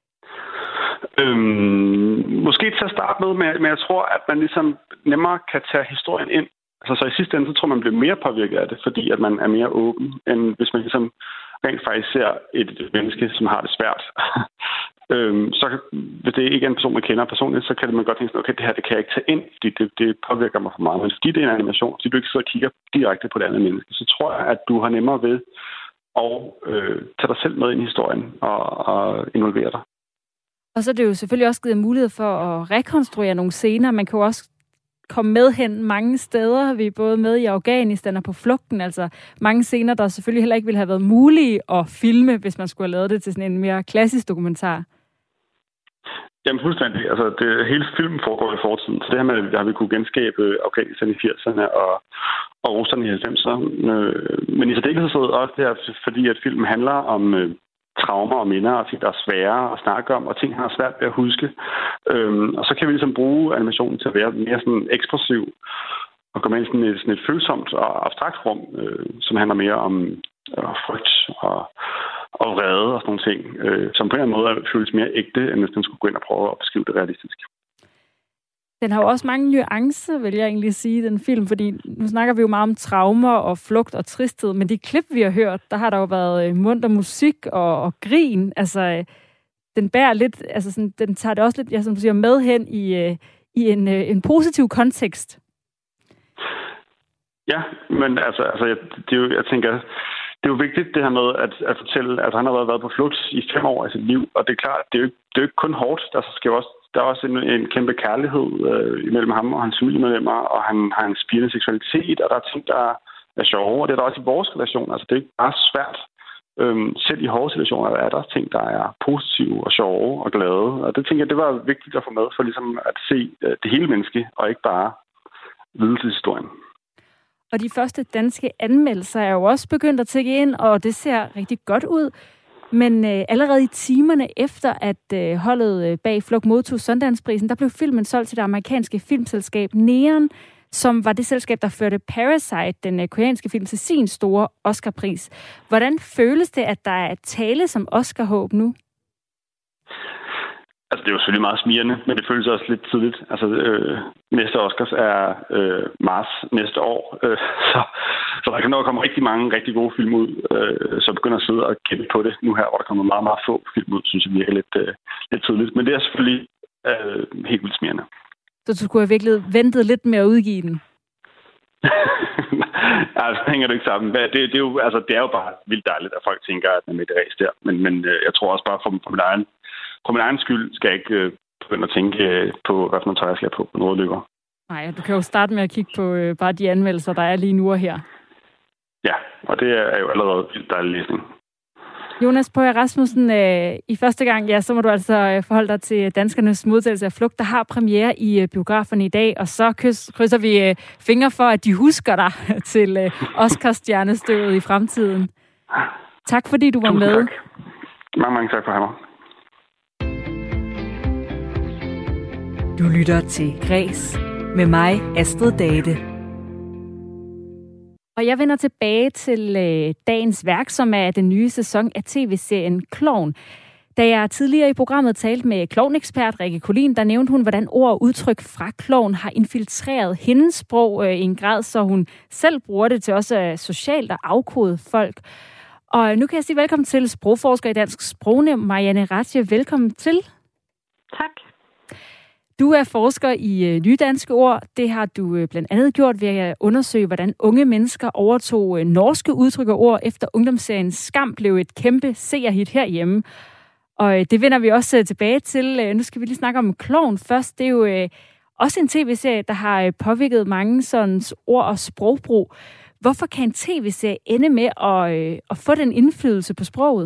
[SPEAKER 9] Øhm, måske til at starte med, men jeg tror, at man ligesom nemmere kan tage historien ind. Altså, så i sidste ende, så tror man, man bliver mere påvirket af det, fordi at man er mere åben, end hvis man ligesom rent faktisk ser et menneske, som har det svært. øhm, så hvis det ikke er en person, man kender personligt, så kan man godt tænke, okay, det her det kan jeg ikke tage ind, fordi det, det påvirker mig for meget. Men fordi det er en animation, så du ikke sidder og kigger direkte på det andet menneske, så tror jeg, at du har nemmere ved at øh, tage dig selv med ind i historien og, og involvere dig.
[SPEAKER 1] Og så er det jo selvfølgelig også givet mulighed for at rekonstruere nogle scener. Man kan jo også komme med hen mange steder. Vi er både med i Afghanistan og på flugten. Altså mange scener, der selvfølgelig heller ikke ville have været mulige at filme, hvis man skulle have lavet det til sådan en mere klassisk dokumentar.
[SPEAKER 9] Jamen fuldstændig. Altså det, hele filmen foregår i fortiden. Så det her med, at har vi kunne genskabe Afghanistan i firserne og, og Rusland i halvfemserne. Men i særdeleshed også det her, fordi at filmen handler om øh, traumer og minder og ting, der er svære at snakke om, og ting, har svært ved at huske. Øhm, og så kan vi ligesom bruge animationen til at være mere sådan ekspressiv og gå med i sådan et, sådan et følsomt og abstrakt rum, øh, som handler mere om øh, frygt og, og vrede og sådan nogle ting, øh, som på en eller anden måde føles mere ægte, end hvis den skulle gå ind og prøve at beskrive det realistisk.
[SPEAKER 1] Den har jo også mange nuancer, vil jeg egentlig sige, den film, fordi nu snakker vi jo meget om traumer og flugt og tristhed, men de klip, vi har hørt, der har der jo været munter musik og, og grin. Altså, den bærer lidt, altså sådan, den tager det også lidt, ja, som du siger, med hen i, i en, en positiv kontekst.
[SPEAKER 9] Ja, men altså, altså jeg, det er jo, jeg tænker, det er jo vigtigt det her med at, at fortælle, at han har været på flugt i fem år af sit liv, og det er klart, det er jo ikke, det er jo ikke kun hårdt, der skal jo også Der er også en, en kæmpe kærlighed øh, imellem ham og hans familiemedlemmer, og han har en spirende seksualitet, og der er ting, der er sjove, og det er der også i vores relation. Altså, det er ikke bare svært. Øhm, selv i hårde situationer er der ting, der er positive og sjove og glade. Og det tænker jeg, det var vigtigt at få med, for ligesom at se øh, det hele menneske, og ikke bare lidelseshistorien.
[SPEAKER 1] Og de første danske anmeldelser er jo også begyndt at tække ind, og det ser rigtig godt ud. Men øh, allerede i timerne efter, at øh, holdet øh, bag Flugt modtog Sundance-prisen, der blev filmen solgt til det amerikanske filmselskab Neon, som var det selskab, der førte Parasite, den øh, koreanske film, til sin store Oscar-pris. Hvordan føles det, at der er tale som Oscar-håb nu?
[SPEAKER 9] Altså, det er jo selvfølgelig meget smirrende, men det føles også lidt tidligt. Altså, øh, næste Oscars er øh, marts næste år, øh, så, så der kan nok komme rigtig mange rigtig gode film ud, øh, så begynder at sidde og kæmpe på det nu her, hvor der kommer meget, meget få film ud, synes jeg virker lidt, øh, lidt tidligt. Men det er selvfølgelig øh, helt vildt smirrende.
[SPEAKER 1] Så du skulle have virkelig ventet lidt med at udgive den?
[SPEAKER 9] altså, det hænger det ikke sammen. Det, det, er jo, altså, det er jo bare vildt dejligt, at folk tænker, at man er med det ræs der. Men, men øh, jeg tror også bare for, for min egen For min egen skyld skal jeg ikke øh, begynde at tænke øh, på, hvad for noget tøj jeg skal på på noget løber.
[SPEAKER 1] Nej, du kan jo starte med at kigge på øh, bare de anmeldelser, der er lige nu og her.
[SPEAKER 9] Ja, og det er jo allerede vildt dejlig læsning.
[SPEAKER 1] Jonas Bøje Rasmussen, øh, i første gang, ja, så må du altså øh, forholde dig til danskernes modtagelse af Flugt, der har premiere i øh, biograferne i dag, og så kys, krydser vi øh, fingre for, at de husker dig til øh, Oscar-stjernestøvet i fremtiden. Tak fordi du var
[SPEAKER 9] Tusind
[SPEAKER 1] med.
[SPEAKER 9] Tak. Mange, mange tak for at have mig.
[SPEAKER 1] Du lytter til Græs med mig, Astrid Date. Og jeg vender tilbage til øh, dagens værk, som er den nye sæson af tv-serien Klovn. Da jeg tidligere i programmet talte med klovnekspert Rikke Collin, der nævnte hun, hvordan ord og udtryk fra klovn har infiltreret hendes sprog øh, i en grad, så hun selv bruger det til også øh, socialt at afkode folk. Og nu kan jeg sige velkommen til sprogforsker i Dansk Sprognævn, Marianne Ratje. Velkommen til.
[SPEAKER 10] Tak.
[SPEAKER 1] Du er forsker i øh, nye danske ord. Det har du øh, blandt andet gjort ved at undersøge, hvordan unge mennesker overtog øh, norske udtryk og ord, efter ungdomsserien Skam blev et kæmpe seerhit herhjemme. Og øh, det vender vi også øh, tilbage til. Øh, nu skal vi lige snakke om Klovn først. Det er jo øh, også en tv-serie, der har øh, påvirket mange sådan ord og sprogbrug. Hvorfor kan en tv-serie ende med at, øh, at få den indflydelse på sproget?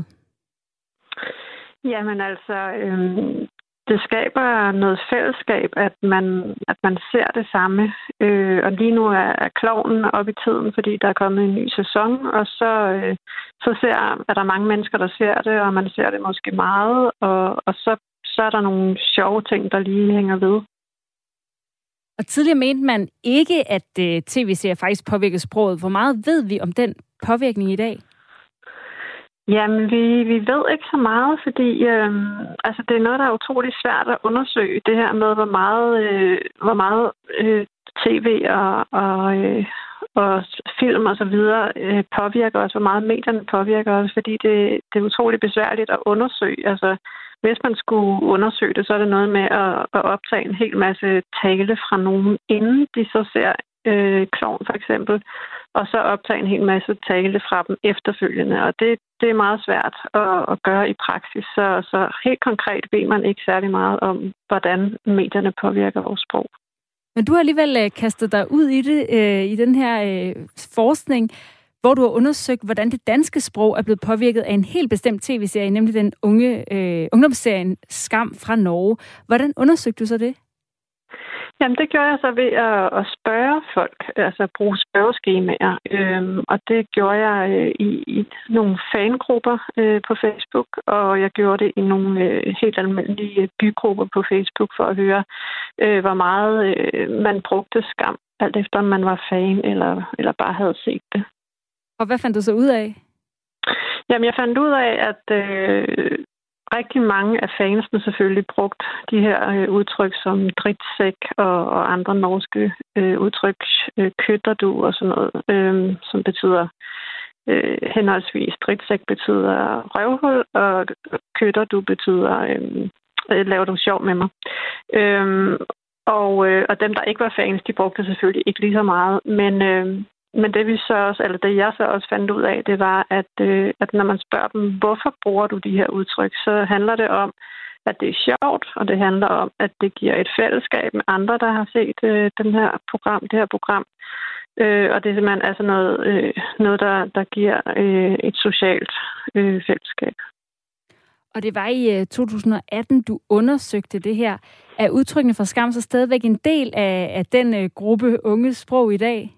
[SPEAKER 10] Jamen altså... Øh... Det skaber noget fællesskab, at man, at man ser det samme. Øh, og lige nu er, er Klovnen oppe i tiden, fordi der er kommet en ny sæson. Og så, øh, så ser, er der mange mennesker, der ser det, og man ser det måske meget. Og, og så, så er der nogle sjove ting, der lige hænger ved.
[SPEAKER 1] Og tidligere mente man ikke, at øh, tv-serier faktisk påvirker sproget. Hvor meget ved vi om den påvirkning i dag?
[SPEAKER 10] Jamen, vi, vi ved ikke så meget, fordi øh, altså, det er noget, der er utrolig svært at undersøge. Det her med, hvor meget, øh, hvor meget øh, tv og, og, øh, og film og så videre øh, påvirker os, hvor meget medierne påvirker os, fordi det, det er utrolig besværligt at undersøge. Altså, hvis man skulle undersøge det, så er det noget med at, at optage en hel masse tale fra nogen, inden de så ser øh, Klovn for eksempel, og så optage en hel masse tale fra dem efterfølgende. Og det, det er meget svært at, at gøre i praksis. Så, så helt konkret ved man ikke særlig meget om, hvordan medierne påvirker vores sprog.
[SPEAKER 1] Men du har alligevel øh, kastet dig ud i det, øh, i den her øh, forskning, hvor du har undersøgt, hvordan det danske sprog er blevet påvirket af en helt bestemt tv-serie, nemlig den unge øh, ungdomsserien Skam fra Norge. Hvordan undersøgte du så det?
[SPEAKER 10] Jamen, det gjorde jeg så ved at, at spørge folk, altså bruge spørgeskemaer. Øhm, og det gjorde jeg øh, i, i nogle fangrupper øh, på Facebook, og jeg gjorde det i nogle øh, helt almindelige bygrupper på Facebook for at høre, øh, hvor meget øh, man brugte Skam, alt efter om man var fan eller, eller bare havde set det.
[SPEAKER 1] Og hvad fandt du så ud af?
[SPEAKER 10] Jamen, jeg fandt ud af, at øh, rigtig mange af fansene selvfølgelig brugt de her øh, udtryk som dritsæk og, og andre norske øh, udtryk, øh, køtterdu og sådan noget, øh, som betyder øh, henholdsvis dritsæk betyder røvhul, og køtterdu betyder øh, laver du sjov med mig. Øh, og, øh, og dem, der ikke var fans, de brugte selvfølgelig ikke lige så meget, men... Øh, Men det vi så også, eller det jeg så også fandt ud af, det var, at, øh, at når man spørger dem, hvorfor bruger du de her udtryk, så handler det om, at det er sjovt, og det handler om, at det giver et fællesskab med andre, der har set øh, den her program, det her program. Øh, og det er simpelthen altså noget, øh, noget der, der giver øh, et socialt øh, fællesskab.
[SPEAKER 1] Og det var i øh, to tusind og atten, du undersøgte det her. Er udtrykkene fra Skam så stadigvæk en del af, af den øh, gruppe unge sprog i dag?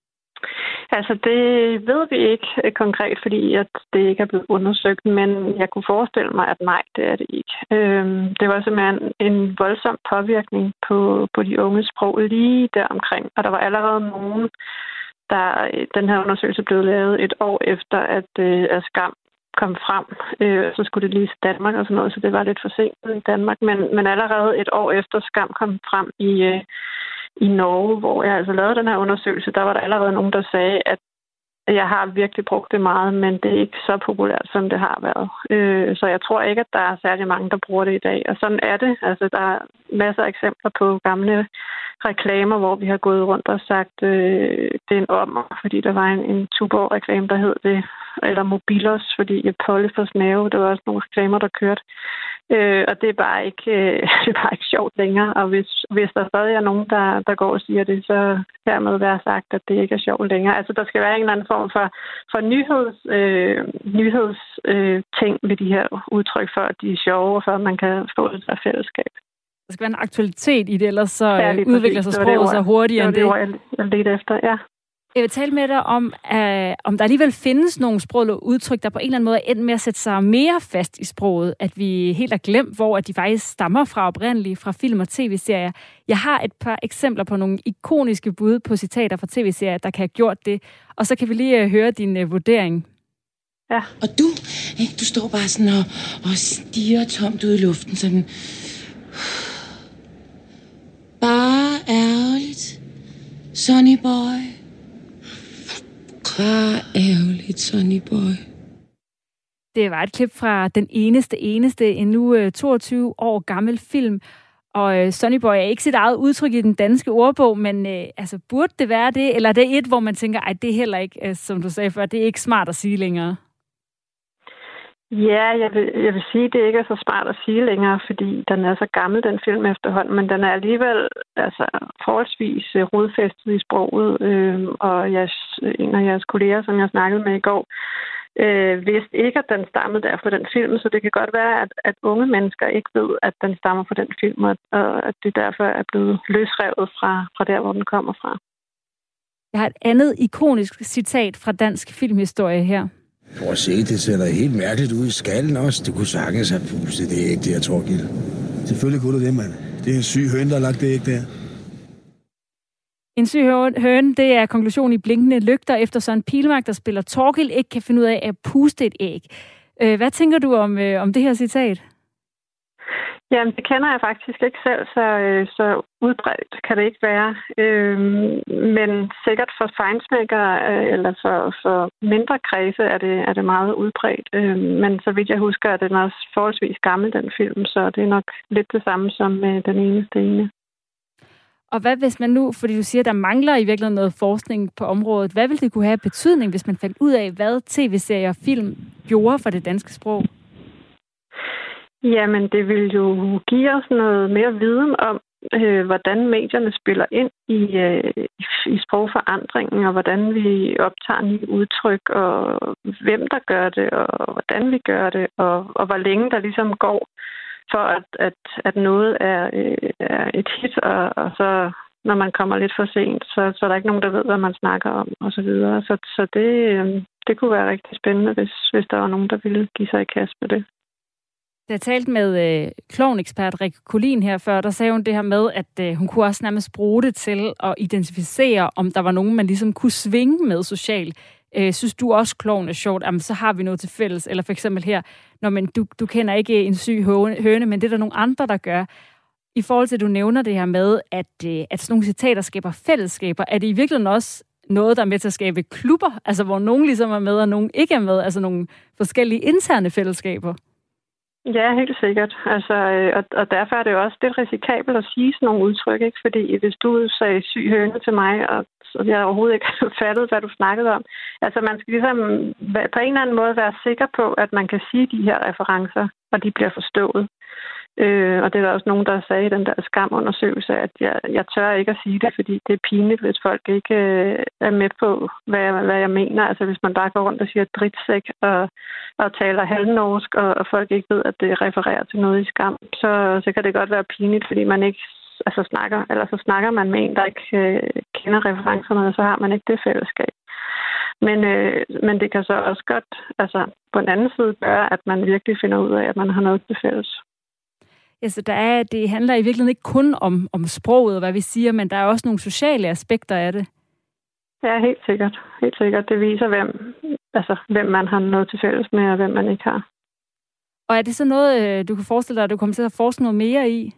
[SPEAKER 10] Altså, det ved vi ikke konkret, fordi at det ikke er blevet undersøgt, men jeg kunne forestille mig, at nej, det er det ikke. Øhm, det var simpelthen en voldsom påvirkning på, på de unge sprog lige deromkring, og der var allerede nogen, der den her undersøgelse blev lavet et år efter, at, at Skam kom frem. Øh, så skulle det lige til Danmark og sådan noget, så det var lidt forsinket i Danmark, men, men allerede et år efter Skam kom frem i... Øh, I Norge, hvor jeg altså lavede den her undersøgelse, der var der allerede nogen, der sagde, at jeg har virkelig brugt det meget, men det er ikke så populært, som det har været. Øh, så jeg tror ikke, at der er særlig mange, der bruger det i dag. Og sådan er det. Altså, der er masser af eksempler på gamle reklamer, hvor vi har gået rundt og sagt, øh, det er en ommer, fordi der var en, en Tuborg-reklame, der hed det, eller Mobilos, fordi Polly for snave, der var også nogle reklamer, der kørte. Øh, og det er bare ikke, øh, det er bare ikke sjovt længere, og hvis, hvis der stadig er nogen, der, der går og siger det, så hermed være sagt, at det ikke er sjovt længere. Altså, der skal være en eller anden form for, for nyheds, øh, nyheds øh, ting ved de her udtryk, for at de er sjove, og for at man kan få et af fællesskab.
[SPEAKER 1] Der skal være en aktualitet i det, ellers så
[SPEAKER 10] ja,
[SPEAKER 1] udvikler sig sproget så hurtigere end det.
[SPEAKER 10] Det var det, jeg ledte efter, ja.
[SPEAKER 1] Jeg vil tale med dig om, uh, om der alligevel findes nogle sproglige udtryk, der på en eller anden måde er endt med at sætte sig mere fast i sproget, at vi helt har glemt, hvor at de faktisk stammer fra oprindeligt fra film og tv-serier. Jeg har et par eksempler på nogle ikoniske bud på citater fra tv-serier, der kan have gjort det, og så kan vi lige uh, høre din uh, vurdering.
[SPEAKER 11] Ja. Og du, ikke, du står bare sådan og, og stiger tomt ud i luften, sådan... Bare ærgerligt, Sonny Boy. Bare ærgerligt, Sonny Boy.
[SPEAKER 1] Det var et klip fra Den Eneste Eneste, en nu toogtyve år gammel film. Og uh, Sonny Boy er ikke sit eget udtryk i den danske ordbog, men uh, altså, burde det være det? Eller er det et, hvor man tænker, at det er heller ikke, uh, som du sagde før, det er ikke smart at sige længere?
[SPEAKER 10] Ja, jeg vil, jeg vil sige, at det ikke er så smart at sige længere, fordi den er så gammel, den film efterhånden, men den er alligevel altså, forholdsvis uh, rodfæstet i sproget, øh, og jeres, en af jeres kolleger, som jeg snakkede med i går, øh, vidste ikke, at den stammede der fra den film, så det kan godt være, at, at unge mennesker ikke ved, at den stammer fra den film, og, og at det derfor er blevet løsrevet fra, fra der, hvor den kommer fra.
[SPEAKER 1] Jeg har et andet ikonisk citat fra dansk filmhistorie her.
[SPEAKER 12] Prøv at se, det ser da helt mærkeligt ud i skallen også. Det kunne sagtens have pustet. Det er ikke det, jeg tror, Gitte.
[SPEAKER 13] Selvfølgelig kunne det det, mand. Det er en syg høne, der har lagt det æg der.
[SPEAKER 1] En syg høne, det er konklusionen i Blinkende Lygter, efter Søren Pilmark, der spiller Torkild, ikke kan finde ud af at puste et æg. Hvad tænker du om, om det her citat?
[SPEAKER 10] Jamen, det kender jeg faktisk ikke selv, så, så udbredt kan det ikke være. Øhm, men sikkert for feinschmeckere eller for, for mindre kredse er det, er det meget udbredt. Øhm, men så vidt jeg husker, er den også forholdsvis gammel, den film, så det er nok lidt det samme som med Den Eneste Ene.
[SPEAKER 1] Og hvad hvis man nu, fordi du siger, der mangler i virkeligheden noget forskning på området, hvad ville det kunne have betydning, hvis man fandt ud af, hvad tv-serier og film gjorde for det danske sprog?
[SPEAKER 10] Jamen, det vil jo give os noget mere viden om, øh, hvordan medierne spiller ind i, øh, i sprogforandringen, og hvordan vi optager nye udtryk, og hvem der gør det, og hvordan vi gør det, og, og hvor længe der ligesom går, for at, at, at noget er, øh, er et hit, og, og så når man kommer lidt for sent, så, så er der ikke nogen, der ved, hvad man snakker om, og så videre. Så, så det, øh, det kunne være rigtig spændende, hvis, hvis der var nogen, der ville give sig i kast med det.
[SPEAKER 1] Da jeg talte med øh, klovnekspert Rikke Collin her før, der sagde hun det her med, at øh, hun kunne også nærmest bruge det til at identificere, om der var nogen, man ligesom kunne svinge med socialt. Øh, synes du også, klovn er sjovt? Jamen, så har vi noget til fælles. Eller for eksempel her, når man, du, du kender ikke en syg høne, men det er der nogle andre, der gør. I forhold til, at du nævner det her med, at, øh, at sådan nogle citater skaber fællesskaber, er det i virkeligheden også noget, der er med til at skabe klubber? Altså, hvor nogen ligesom er med, og nogen ikke er med? Altså nogle forskellige interne fællesskaber?
[SPEAKER 10] Ja, helt sikkert. Altså, og, og derfor er det jo også lidt risikabelt at sige sådan nogle udtryk, ikke? Fordi hvis du sagde syg høne til mig, og så jeg overhovedet ikke fattet, hvad du snakkede om. Altså, man skal ligesom på en eller anden måde være sikker på, at man kan sige de her referencer, og de bliver forstået. Øh, og det er der også nogen, der sagde i den der skamundersøgelse, at jeg, jeg tør ikke at sige det, fordi det er pinligt, hvis folk ikke øh, er med på, hvad jeg, hvad jeg mener. Altså hvis man bare går rundt og siger dritsæk og, og taler halvnorsk, og, og folk ikke ved, at det refererer til noget i skam, så, så kan det godt være pinligt, fordi man ikke altså snakker, eller så snakker man med en, der ikke øh, kender referencerne, og så har man ikke det fællesskab. Men, øh, men det kan så også godt, altså på en anden side gøre, at man virkelig finder ud af, at man har noget til fælles.
[SPEAKER 1] Ja, så der er, det handler i virkeligheden ikke kun om, om sproget og hvad vi siger, men der er også nogle sociale aspekter af det.
[SPEAKER 10] Ja, helt sikkert. Helt sikkert. Det viser, hvem, altså, hvem man har noget til fælles med, og hvem man ikke har.
[SPEAKER 1] Og er det så noget, du kan forestille dig, at du kommer til at forske noget mere i?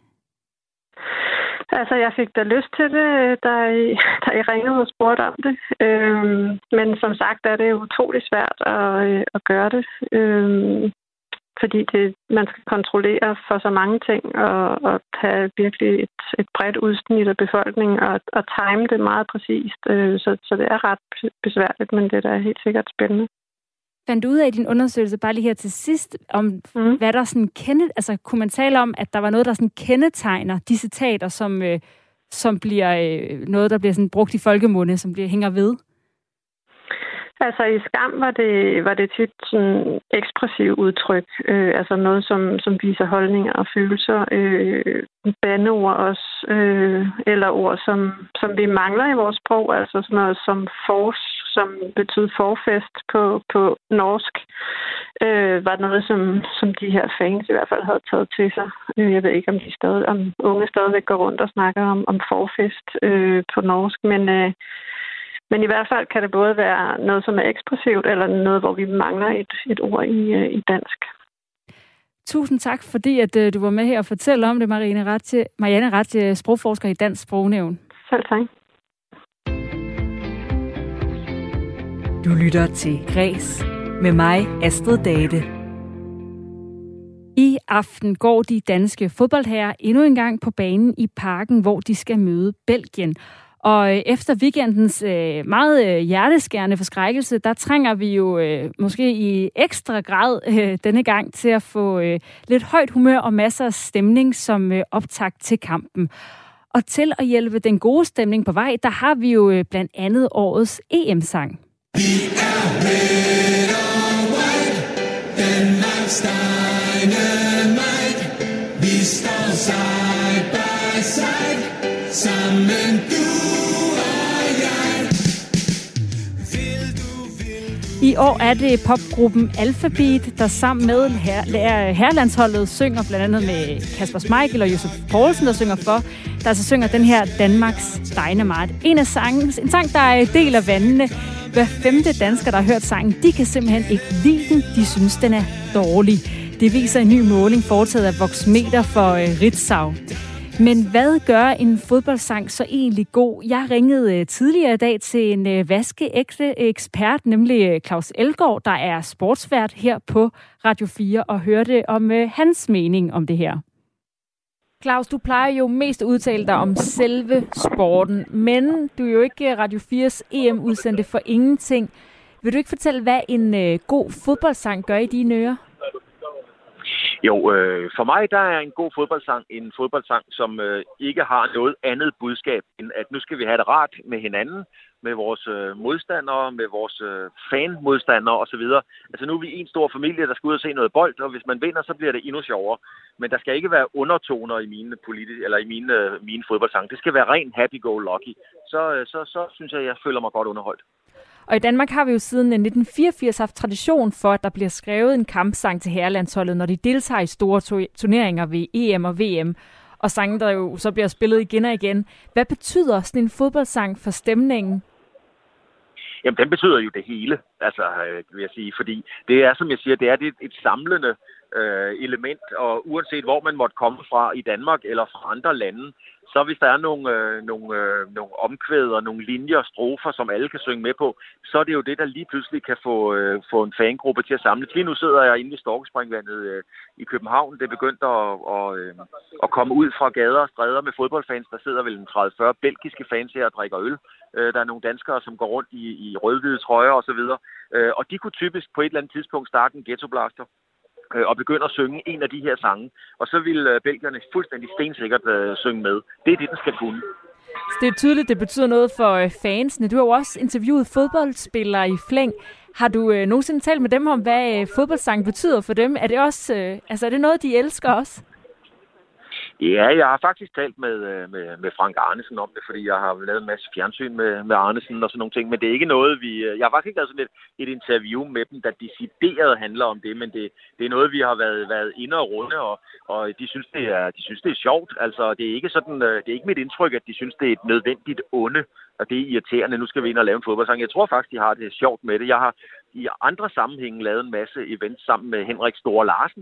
[SPEAKER 10] Altså, jeg fik da lyst til det, da I, da I ringede og spurgte om det. Øhm, men som sagt er det utrolig svært at, at gøre det. Øhm, fordi det, man skal kontrollere for så mange ting og, og have virkelig et, et bredt udsnit af befolkningen og, og time det meget præcist. Så, så det er ret besværligt, men det er da helt sikkert spændende.
[SPEAKER 1] Fandt du ud af i din undersøgelse, bare lige her til sidst, om mm. hvad der sådan kende, altså kunne man tale om, at der var noget, der sådan kendetegner de citater, som, øh, som bliver øh, noget, der bliver sådan brugt i folkemunde, som bliver hænger ved?
[SPEAKER 10] Altså i Skam var det, var det tit sådan ekspressiv udtryk, øh, altså noget, som, som viser holdninger og følelser, øh, bandeord også, øh, eller ord, som, som vi mangler i vores sprog, altså sådan noget som force, som betyder forfest på, på norsk, øh, var noget, som, som de her fans i hvert fald havde taget til sig. Jeg ved ikke, om de stadig, om unge stadigvæk går rundt og snakker om, om forfest øh, på norsk, men, øh, men i hvert fald kan det både være noget, som er ekspressivt, eller noget, hvor vi mangler et, et ord i, øh, i dansk.
[SPEAKER 1] Tusind tak, fordi at, øh, du var med her og fortælle om det, Marianne Ratje, Marianne Ratje, sprogforsker i Dansk Sprognævn.
[SPEAKER 10] Selv tak.
[SPEAKER 14] Du lytter til Græs med mig, Astrid Date.
[SPEAKER 1] I aften går de danske fodboldherrer endnu en gang på banen i Parken, hvor de skal møde Belgien. Og efter weekendens øh, meget øh, hjerteskærende forskrækkelse, der trænger vi jo øh, måske i ekstra grad øh, denne gang til at få øh, lidt højt humør og masser af stemning som øh, optakt til kampen. Og til at hjælpe den gode stemning på vej, der har vi jo øh, blandt andet årets E M-sang.
[SPEAKER 15] Vi er red og white, Danmarks dynamite. Vi står side by side, sammen du og jeg.
[SPEAKER 1] I år er det popgruppen Alphabeat, der sammen med her, herrelandsholdet synger, blandt andet med Kasper Schmeichel og Josef Poulsen, der synger for, der altså synger den her Danmarks Dynamite. En af sangen, en sang, der deler vandene. Hver femte dansker, der har hørt sangen, de kan simpelthen ikke lide den. De synes, den er dårlig. Det viser en ny måling foretaget af Voxmeter for øh, Ritzau. Men hvad gør en fodboldsang så egentlig god? Jeg ringede tidligere i dag til en øh, vaskeægte ekspert, nemlig Claus Elgaard, der er sportsvært her på Radio fire, og hørte om øh, hans mening om det her. Claus, du plejer jo mest at udtale dig om selve sporten, men du er jo ikke Radio fires E M-udsendte for ingenting. Vil du ikke fortælle, hvad en øh, god fodboldsang gør i dine ører?
[SPEAKER 16] Jo, øh, for mig der er en god fodboldsang en fodboldsang, som øh, ikke har noget andet budskab, end at nu skal vi have det rart med hinanden, med vores øh, modstandere, med vores øh, fan-modstandere osv. Altså nu er vi en stor familie, der skal ud og se noget bold, og hvis man vinder, så bliver det endnu sjovere. Men der skal ikke være undertoner i mine, politi- eller i mine, øh, mine fodboldsange. Det skal være ren happy-go-lucky. Så, øh, så, så synes jeg, jeg føler mig godt underholdt.
[SPEAKER 1] Og i Danmark har vi jo siden nitten fireogfirs haft tradition for, at der bliver skrevet en kampsang til herrelandsholdet, når de deltager i store to- turneringer ved E M og V M. Og sangen, der jo så bliver spillet igen og igen. Hvad betyder sådan en fodboldsang for stemningen?
[SPEAKER 16] Jamen, den betyder jo det hele, altså, vil jeg sige. Fordi det er, som jeg siger, det er et, et samlende øh, element, og uanset hvor man måtte komme fra i Danmark eller fra andre lande, så hvis der er nogle, øh, nogle, øh, nogle omkvæd og nogle linjer, strofer, som alle kan synge med på, så er det jo det, der lige pludselig kan få, øh, få en fangruppe til at samle. Lige nu sidder jeg inde i Storkespringvandet øh, i København. Det er begyndt at, og, øh, at komme ud fra gader og stræder med fodboldfans. Der sidder vel en tredive fyrre belgiske fans her og drikker øl. Øh, der er nogle danskere, som går rundt i, i rød-hvide trøjer osv. Øh, og de kunne typisk på et eller andet tidspunkt starte en ghettoblaster og begynder at synge en af de her sange. Og så vil øh, belgierne fuldstændig stensikkert øh, synge med. Det er det, den skal kunne.
[SPEAKER 1] Så det er tydeligt, det betyder noget for øh, fansene. Du har jo også interviewet fodboldspillere i flæng. Har du øh, nogensinde talt med dem om, hvad øh, fodboldsang betyder for dem? Er det også, øh, altså er det noget, de elsker også?
[SPEAKER 16] Ja, jeg har faktisk talt med, med, med Frank Arnesen om det, fordi jeg har lavet en masse fjernsyn med, med Arnesen og sådan nogle ting, men det er ikke noget, vi... Jeg har faktisk ikke lavet sådan et, et interview med dem, der decideret handler om det, men det, det er noget, vi har været, været inde og runde, og, og de, synes, det er, de synes, det er sjovt. Altså, det er ikke sådan, det er ikke mit indtryk, at de synes, det er et nødvendigt onde, og det er irriterende. Nu skal vi ind og lave en fodboldsang. Jeg tror faktisk, de har det sjovt med det. Jeg har i andre sammenhænge lavet en masse events sammen med Henrik Store Larsen,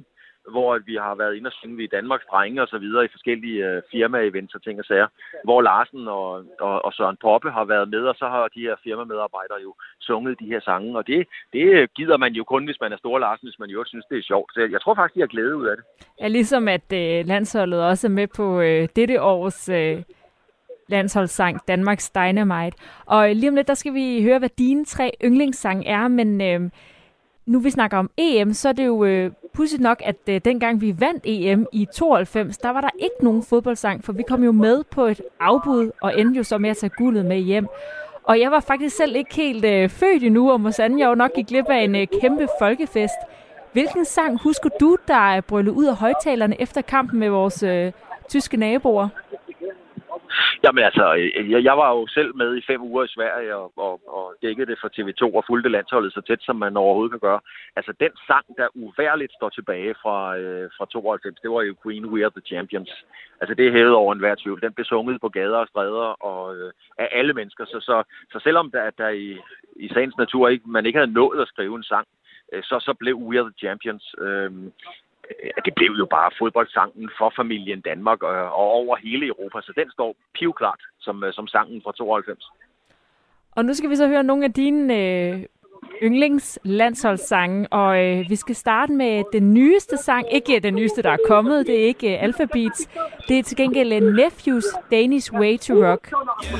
[SPEAKER 16] hvor vi har været inde og synge i Danmarks Drenge og så videre i forskellige øh, firma-events og ting og sager, hvor Larsen og, og, og Søren Poppe har været med, og så har de her firmamedarbejdere jo sunget de her sange, og det, det gider man jo kun, hvis man er Store Larsen, hvis man jo synes, det er sjovt. Så jeg tror faktisk, de har glæde ud af det.
[SPEAKER 1] Ja, ligesom at øh, landsholdet også er med på øh, dette års øh, landsholdssang, Danmarks Dynamite. Og lige om lidt, der skal vi høre, hvad dine tre yndlingssange er, men øh, nu vi snakker om E M, så er det jo øh, pudsigt nok, at øh, dengang vi vandt E M i tooghalvfems, der var der ikke nogen fodboldsang, for vi kom jo med på et afbud og endte jo så med at tage guldet med hjem. Og jeg var faktisk selv ikke helt øh, født endnu, og må sande, jeg jo nok gik glip af en øh, kæmpe folkefest. Hvilken sang husker du, der brølede ud af højtalerne efter kampen med vores øh, tyske naboer?
[SPEAKER 16] Jamen altså, jeg, jeg var jo selv med i fem uger i Sverige og, og, og dækkede det for T V to og fulgte landsholdet så tæt, som man overhovedet kan gøre. Altså den sang, der uværligt står tilbage fra, øh, fra tooghalvfems, det var jo Queen, We Are The Champions. Altså det er hævet over enhver tvivl. Den blev sunget på gader og stræder og, øh, af alle mennesker. Så, så, så selvom der, der i, i sagens natur ikke, man ikke havde nået at skrive en sang, øh, så, så blev We Are The Champions... Øh, det blev jo bare fodboldsangen for familien Danmark og, og over hele Europa, så den står pivklart som, som sangen fra tooghalvfems.
[SPEAKER 1] Og nu skal vi så høre nogle af dine øh, yndlingslandsholdssange, og øh, vi skal starte med den nyeste sang. Ikke den nyeste, der er kommet, det er ikke øh, Alphabeats. Det er til gengæld en Nephews Danish Way to Rock.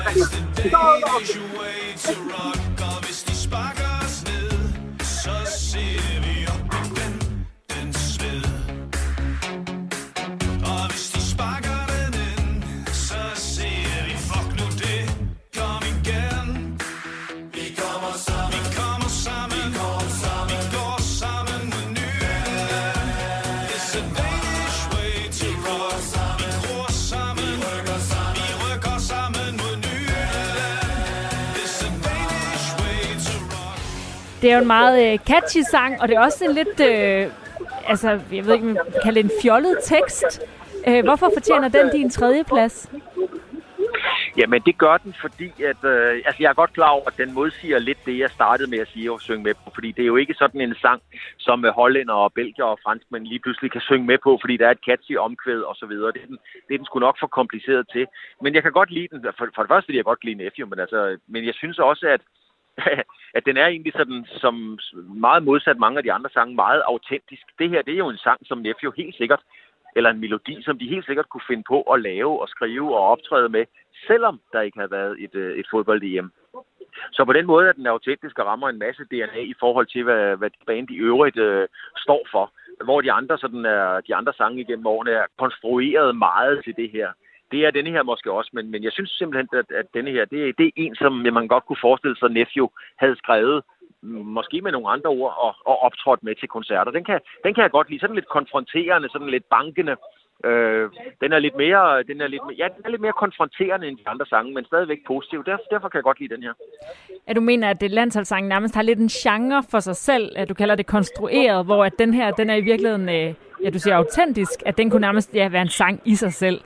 [SPEAKER 1] Det er jo en meget øh, catchy sang, og det er også en lidt, øh, altså, jeg ved ikke, man kan kalde det en fjollet tekst. Øh, hvorfor fortjener den din tredje plads?
[SPEAKER 16] Jamen, det gør den, fordi at, øh, altså, jeg er godt klar over, at den modsiger lidt det, jeg startede med at sige og synge med på. Fordi det er jo ikke sådan en sang, som hollænder og belgier og franskmænd lige pludselig kan synge med på, fordi der er et catchy omkvæd og så videre. Det er den, det er den sgu nok for kompliceret til. Men jeg kan godt lide den. For, for det første vil jeg godt lide Nephew, men, altså, men jeg synes også, at at den er egentlig sådan, som meget modsat mange af de andre sange, meget autentisk. Det her, det er jo en sang, som Nephew helt sikkert, eller en melodi, som de helt sikkert kunne finde på at lave og skrive og optræde med, selvom der ikke havde været et, et fodbold-E M. Så på den måde er den autentisk og rammer en masse D N A i forhold til, hvad, hvad bandet i øvrigt øh, står for. Hvor de andre, sådan er, de andre sange igennem årene er konstrueret meget til det her. Det er denne her måske også, men, men jeg synes simpelthen, at, at denne her, det, det er en, som man godt kunne forestille sig, at Nephew havde skrevet, måske med nogle andre ord, og, og optrådt med til koncerter. Den kan, den kan jeg godt lide. Sådan lidt konfronterende, sådan lidt bankende. Øh, den er lidt mere, den er lidt, ja, den er lidt mere konfronterende end de andre sange, men stadigvæk positiv. Derfor, derfor kan jeg godt lide den her.
[SPEAKER 1] Ja, du mener, at det landsholdssangen nærmest har lidt en genre for sig selv, at du kalder det konstrueret, hvor at den her, den er i virkeligheden, øh, ja, du siger autentisk, at den kunne nærmest ja, være en sang i sig selv.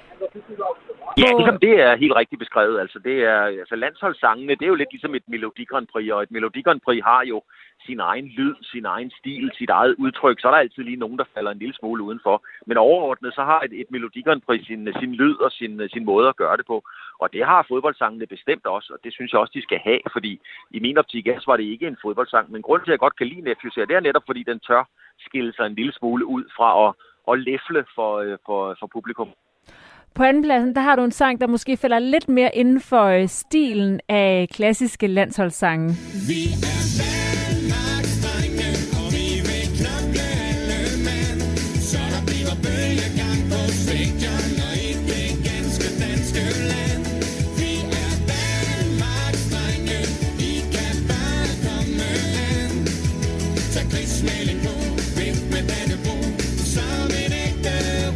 [SPEAKER 16] Ja, ligesom det er helt rigtigt beskrevet. Altså, det er, altså landsholdssangene, det er jo lidt ligesom et Melodi Grand Prix, og et Melodi Grand Prix har jo sin egen lyd, sin egen stil, sit eget udtryk. Så er der altid lige nogen, der falder en lille smule udenfor. Men overordnet, så har et, et Melodi Grand Prix sin, sin lyd og sin, sin måde at gøre det på. Og det har fodboldsangene bestemt også, og det synes jeg også, de skal have, fordi i min optik så var det ikke en fodboldsang. Men grunden til, at jeg godt kan lide Nephew, det er netop, fordi den tør skille sig en lille smule ud fra at, at læfle for, for, for publikum.
[SPEAKER 1] På andenpladsen, der har du en sang, der måske falder lidt mere inden for stilen af klassiske landsholdssange.
[SPEAKER 15] Vi er Danmarks drenge, og vi vil knokle alle mand, så der bliver bølgegang på stadion og i det ganske danske land. Vi er Danmarks drenge, I kan bare komme an. Tag krigsmelding på, vift med Dannebro, som en ægte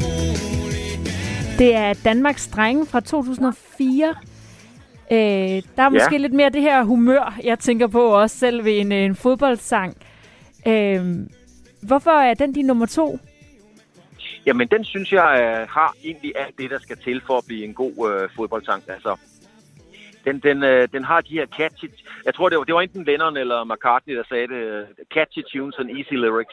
[SPEAKER 1] Det er Danmarks Drenge fra to tusind og fire. Øh, der er måske ja. lidt mere det her humør, jeg tænker på også selv ved en, en fodboldsang. Øh, hvorfor er den din nummer to?
[SPEAKER 16] Jamen, den synes jeg uh, har egentlig alt det, der skal til for at blive en god uh, fodboldsang. Altså, den, den, uh, den har de her catchy... Jeg tror, det var, det var enten Lennon eller McCartney, der sagde det. Uh, catchy tunes and easy lyrics.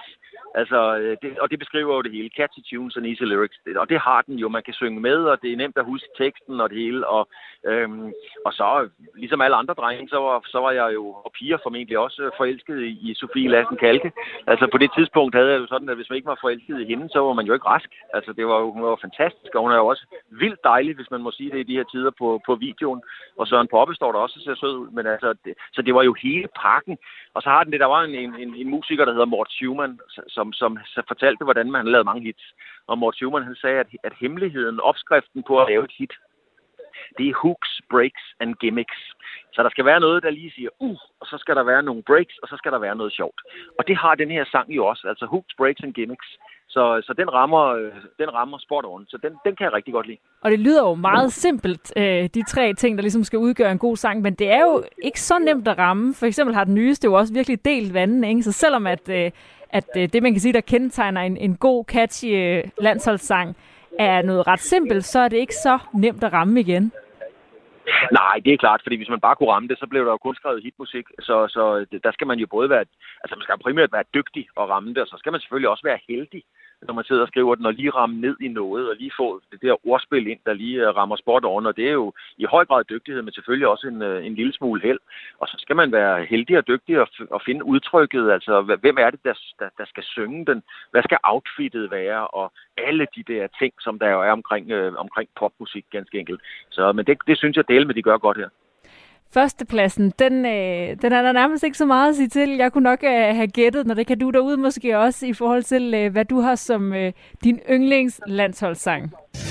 [SPEAKER 16] Altså, det, og det beskriver jo det hele. Catchy tunes and easy lyrics. Og det har den jo. Man kan synge med, og det er nemt at huske teksten og det hele. Og, øhm, og så, ligesom alle andre drenge, så var, så var jeg jo, og piger formentlig også, forelsket i, i Sofie Lassen Kalke. Altså, på det tidspunkt havde jeg jo sådan, at hvis man ikke var forelsket i hende, så var man jo ikke rask. Altså, det var jo, hun var fantastisk, og hun er jo også vildt dejlig, hvis man må sige det i de her tider på, på videoen. Og Søren Poppe står der også og ser sød ud. Men altså, det, så det var jo hele pakken. Og så har den det, der var en, en, en musiker, der hedder Mort Schumann, som, som fortalte, hvordan man lavede mange hits. Og Mort Schumann, han sagde, at, at hemmeligheden, opskriften på at lave et hit, det er hooks, breaks and gimmicks. Så der skal være noget, der lige siger, uh, og så skal der være nogle breaks, og så skal der være noget sjovt. Og det har den her sang jo også, altså hooks, breaks and gimmicks. Så, så den rammer, den rammer spot on, så den, den kan jeg rigtig godt lide.
[SPEAKER 1] Og det lyder jo meget simpelt, øh, de tre ting, der ligesom skal udgøre en god sang, men det er jo ikke så nemt at ramme. For eksempel har den nyeste jo også virkelig delt vandet, ikke? Så selvom at, øh, at øh, det, man kan sige, der kendetegner en, en god, catchy øh, landsholdssang, er noget ret simpelt, så er det ikke så nemt at ramme igen.
[SPEAKER 16] Nej, det er klart, fordi hvis man bare kunne ramme det, så blev der jo kun skrevet hitmusik, så, så der skal man jo både være, altså man skal primært være dygtig at ramme det, og så skal man selvfølgelig også være heldig, når man sidder og skriver den, og lige ramme ned i noget, og lige få det der ordspil ind, der lige rammer spot on, og det er jo i høj grad dygtighed, men selvfølgelig også en, en lille smule held. Og så skal man være heldig og dygtig og, og finde udtrykket, altså hvem er det, der, der, der skal synge den, hvad skal outfittet være, og alle de der ting, som der jo er omkring, øh, omkring popmusik, ganske enkelt. Så, men det, det synes jeg dele med, de gør godt her.
[SPEAKER 1] Førstepladsen, den, øh, den er der nærmest ikke så meget at sige til. Jeg kunne nok øh, have gættet, når det kan du derude måske også, i forhold til, øh, hvad du har som øh, din yndlingslandsholdssang.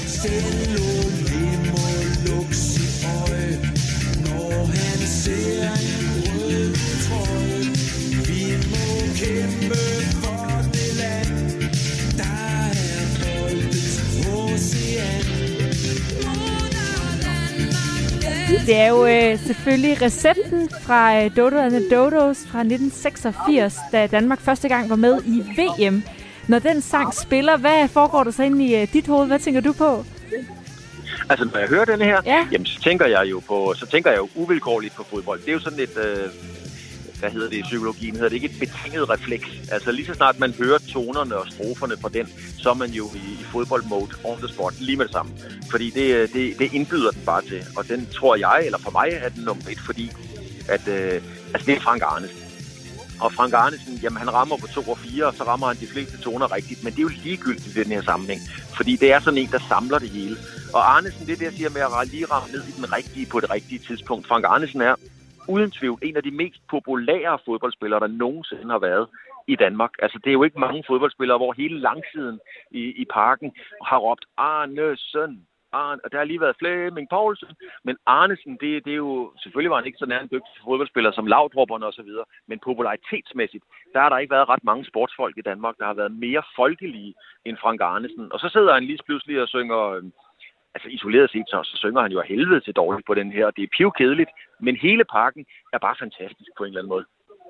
[SPEAKER 1] Det er jo øh, selvfølgelig recepten fra øh, Dodo and the Dodos fra nitten seksogfirs, da Danmark første gang var med i V M. Når den sang spiller, hvad foregår der så inde i øh, dit hoved? Hvad tænker du på?
[SPEAKER 16] Altså, når jeg hører den her,
[SPEAKER 1] ja.
[SPEAKER 16] jamen, så tænker jeg jo på, så tænker jeg jo uvilkårligt på fodbold. Det er jo sådan et, øh, hvad hedder det i psykologien, hedder det ikke et betinget refleks. Altså, lige så snart man hører tonerne og stroferne på den, så er man jo i, i fodboldmode on the spot, lige med det samme. Fordi det, det, det indbyder den bare til, og den tror jeg, eller for mig er den nummer et, fordi at, øh, altså, det er Frank Arnesen. Og Frank Arnesen, jamen han rammer på to og fire, og så rammer han de fleste toner rigtigt, men det er jo ligegyldigt i den her sammenhæng, fordi det er sådan en, der samler det hele. Og Arnesen, det er det, jeg siger med at lige ramme ned i den rigtige på det rigtige tidspunkt. Frank Arnesen er uden tvivl en af de mest populære fodboldspillere, der nogensinde har været i Danmark. Altså, det er jo ikke mange fodboldspillere, hvor hele langsiden i, i parken har råbt Arnesen. Arne, og der har lige været Flemming Poulsen, men Arnesen, det, det er jo, selvfølgelig var han ikke så nær en dygtig fodboldspiller som Laudrupperne og så videre, men popularitetsmæssigt, der har der ikke været ret mange sportsfolk i Danmark, der har været mere folkelige end Frank Arnesen. Og så sidder han lige pludselig og synger, altså isoleret set, så, så synger han jo af helvede til dårligt på den her, og det er pivkedeligt, men hele parken er bare fantastisk på en eller anden måde.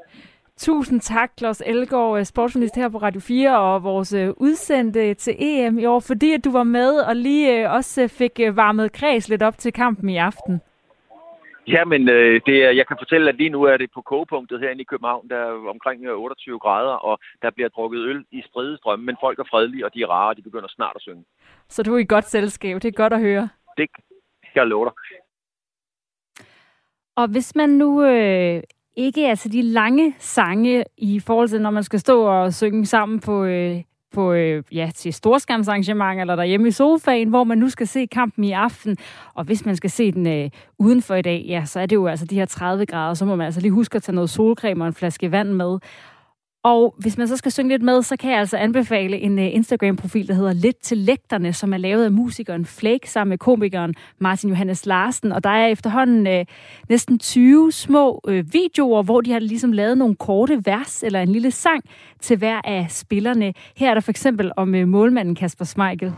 [SPEAKER 1] Tusind tak, Claus Elgaard, sportsjournalist her på Radio fire, og vores udsendte til E M i år, fordi at du var med og lige også fik varmet Kreds lidt op til kampen i aften.
[SPEAKER 16] Ja, men øh, det er, jeg kan fortælle, at lige nu er det på kogepunktet herinde i København, der er omkring otteogtyve grader, og der bliver drukket øl i stridestrømme, men folk er fredelige, og de er rare, og de begynder snart at synge.
[SPEAKER 1] Så du er i godt selskab, det er godt at høre.
[SPEAKER 16] Det kan jeg love dig.
[SPEAKER 1] Og hvis man nu øh, ikke er til de lange sange i forhold til, når man skal stå og synge sammen på... Øh, på, øh, ja, til storskærmsarrangementer eller derhjemme i sofaen, hvor man nu skal se kampen i aften. Og hvis man skal se den øh, udenfor i dag, ja, så er det jo altså de her tredive grader, så må man altså lige huske at tage noget solcreme og en flaske vand med. Og hvis man så skal synge lidt med, så kan jeg altså anbefale en uh, Instagram-profil, der hedder Lidt til Lægterne, som er lavet af musikeren Flake sammen med komikeren Martin Johannes Larsen. Og der er efterhånden uh, næsten tyve små uh, videoer, hvor de har ligesom lavet nogle korte vers eller en lille sang til hver af spillerne. Her er der for eksempel om uh, målmanden Kasper Schmeichel.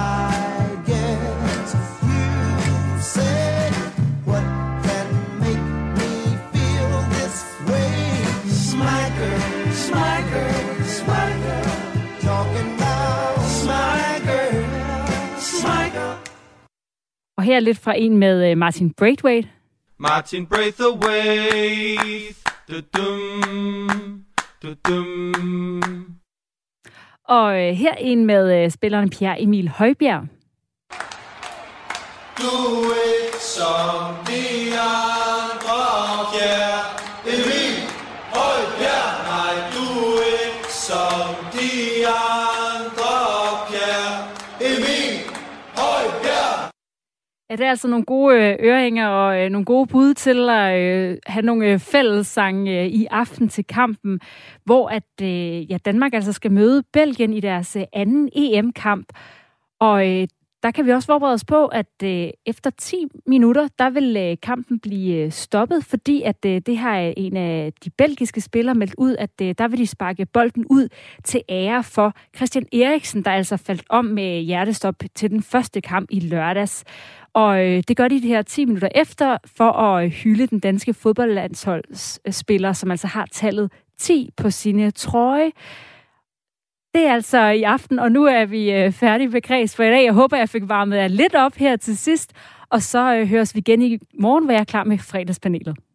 [SPEAKER 1] Og her er lidt fra en med Martin Braithwaite.
[SPEAKER 15] Martin Braithwaite. Du-dum, du-dum.
[SPEAKER 1] Og øh, her en med øh, spilleren Pierre Emil Højbjerg.
[SPEAKER 15] Du er ikke som de andre, Pierre Emil Højbjerg. Nej, du er ikke som de andre, Pierre Emil Højbjerg.
[SPEAKER 1] Ja, det er altså nogle gode øh, ørehænger og øh, nogle gode bud til at øh, have nogle øh, fællessang øh, i aften til kampen, hvor at øh, ja, Danmark altså skal møde Belgien i deres øh, anden E M-kamp. Og øh, der kan vi også forberede os på, at øh, efter ti minutter, der vil øh, kampen blive øh, stoppet, fordi at øh, det har en af de belgiske spillere meldt ud, at øh, der vil de sparke bolden ud til ære for Christian Eriksen, der altså faldt om med hjertestop til den første kamp i lørdags. Og øh, det gør de de her ti minutter efter for at hylde den danske fodboldlandsholdsspiller, som altså har tallet ti på sine trøje. Det er altså i aften, og nu er vi øh, færdige med Kreds for i dag. Jeg håber, jeg fik varmet jer lidt op her til sidst, og så øh, høres vi igen i morgen, hvor jeg er klar med fredagspanelet.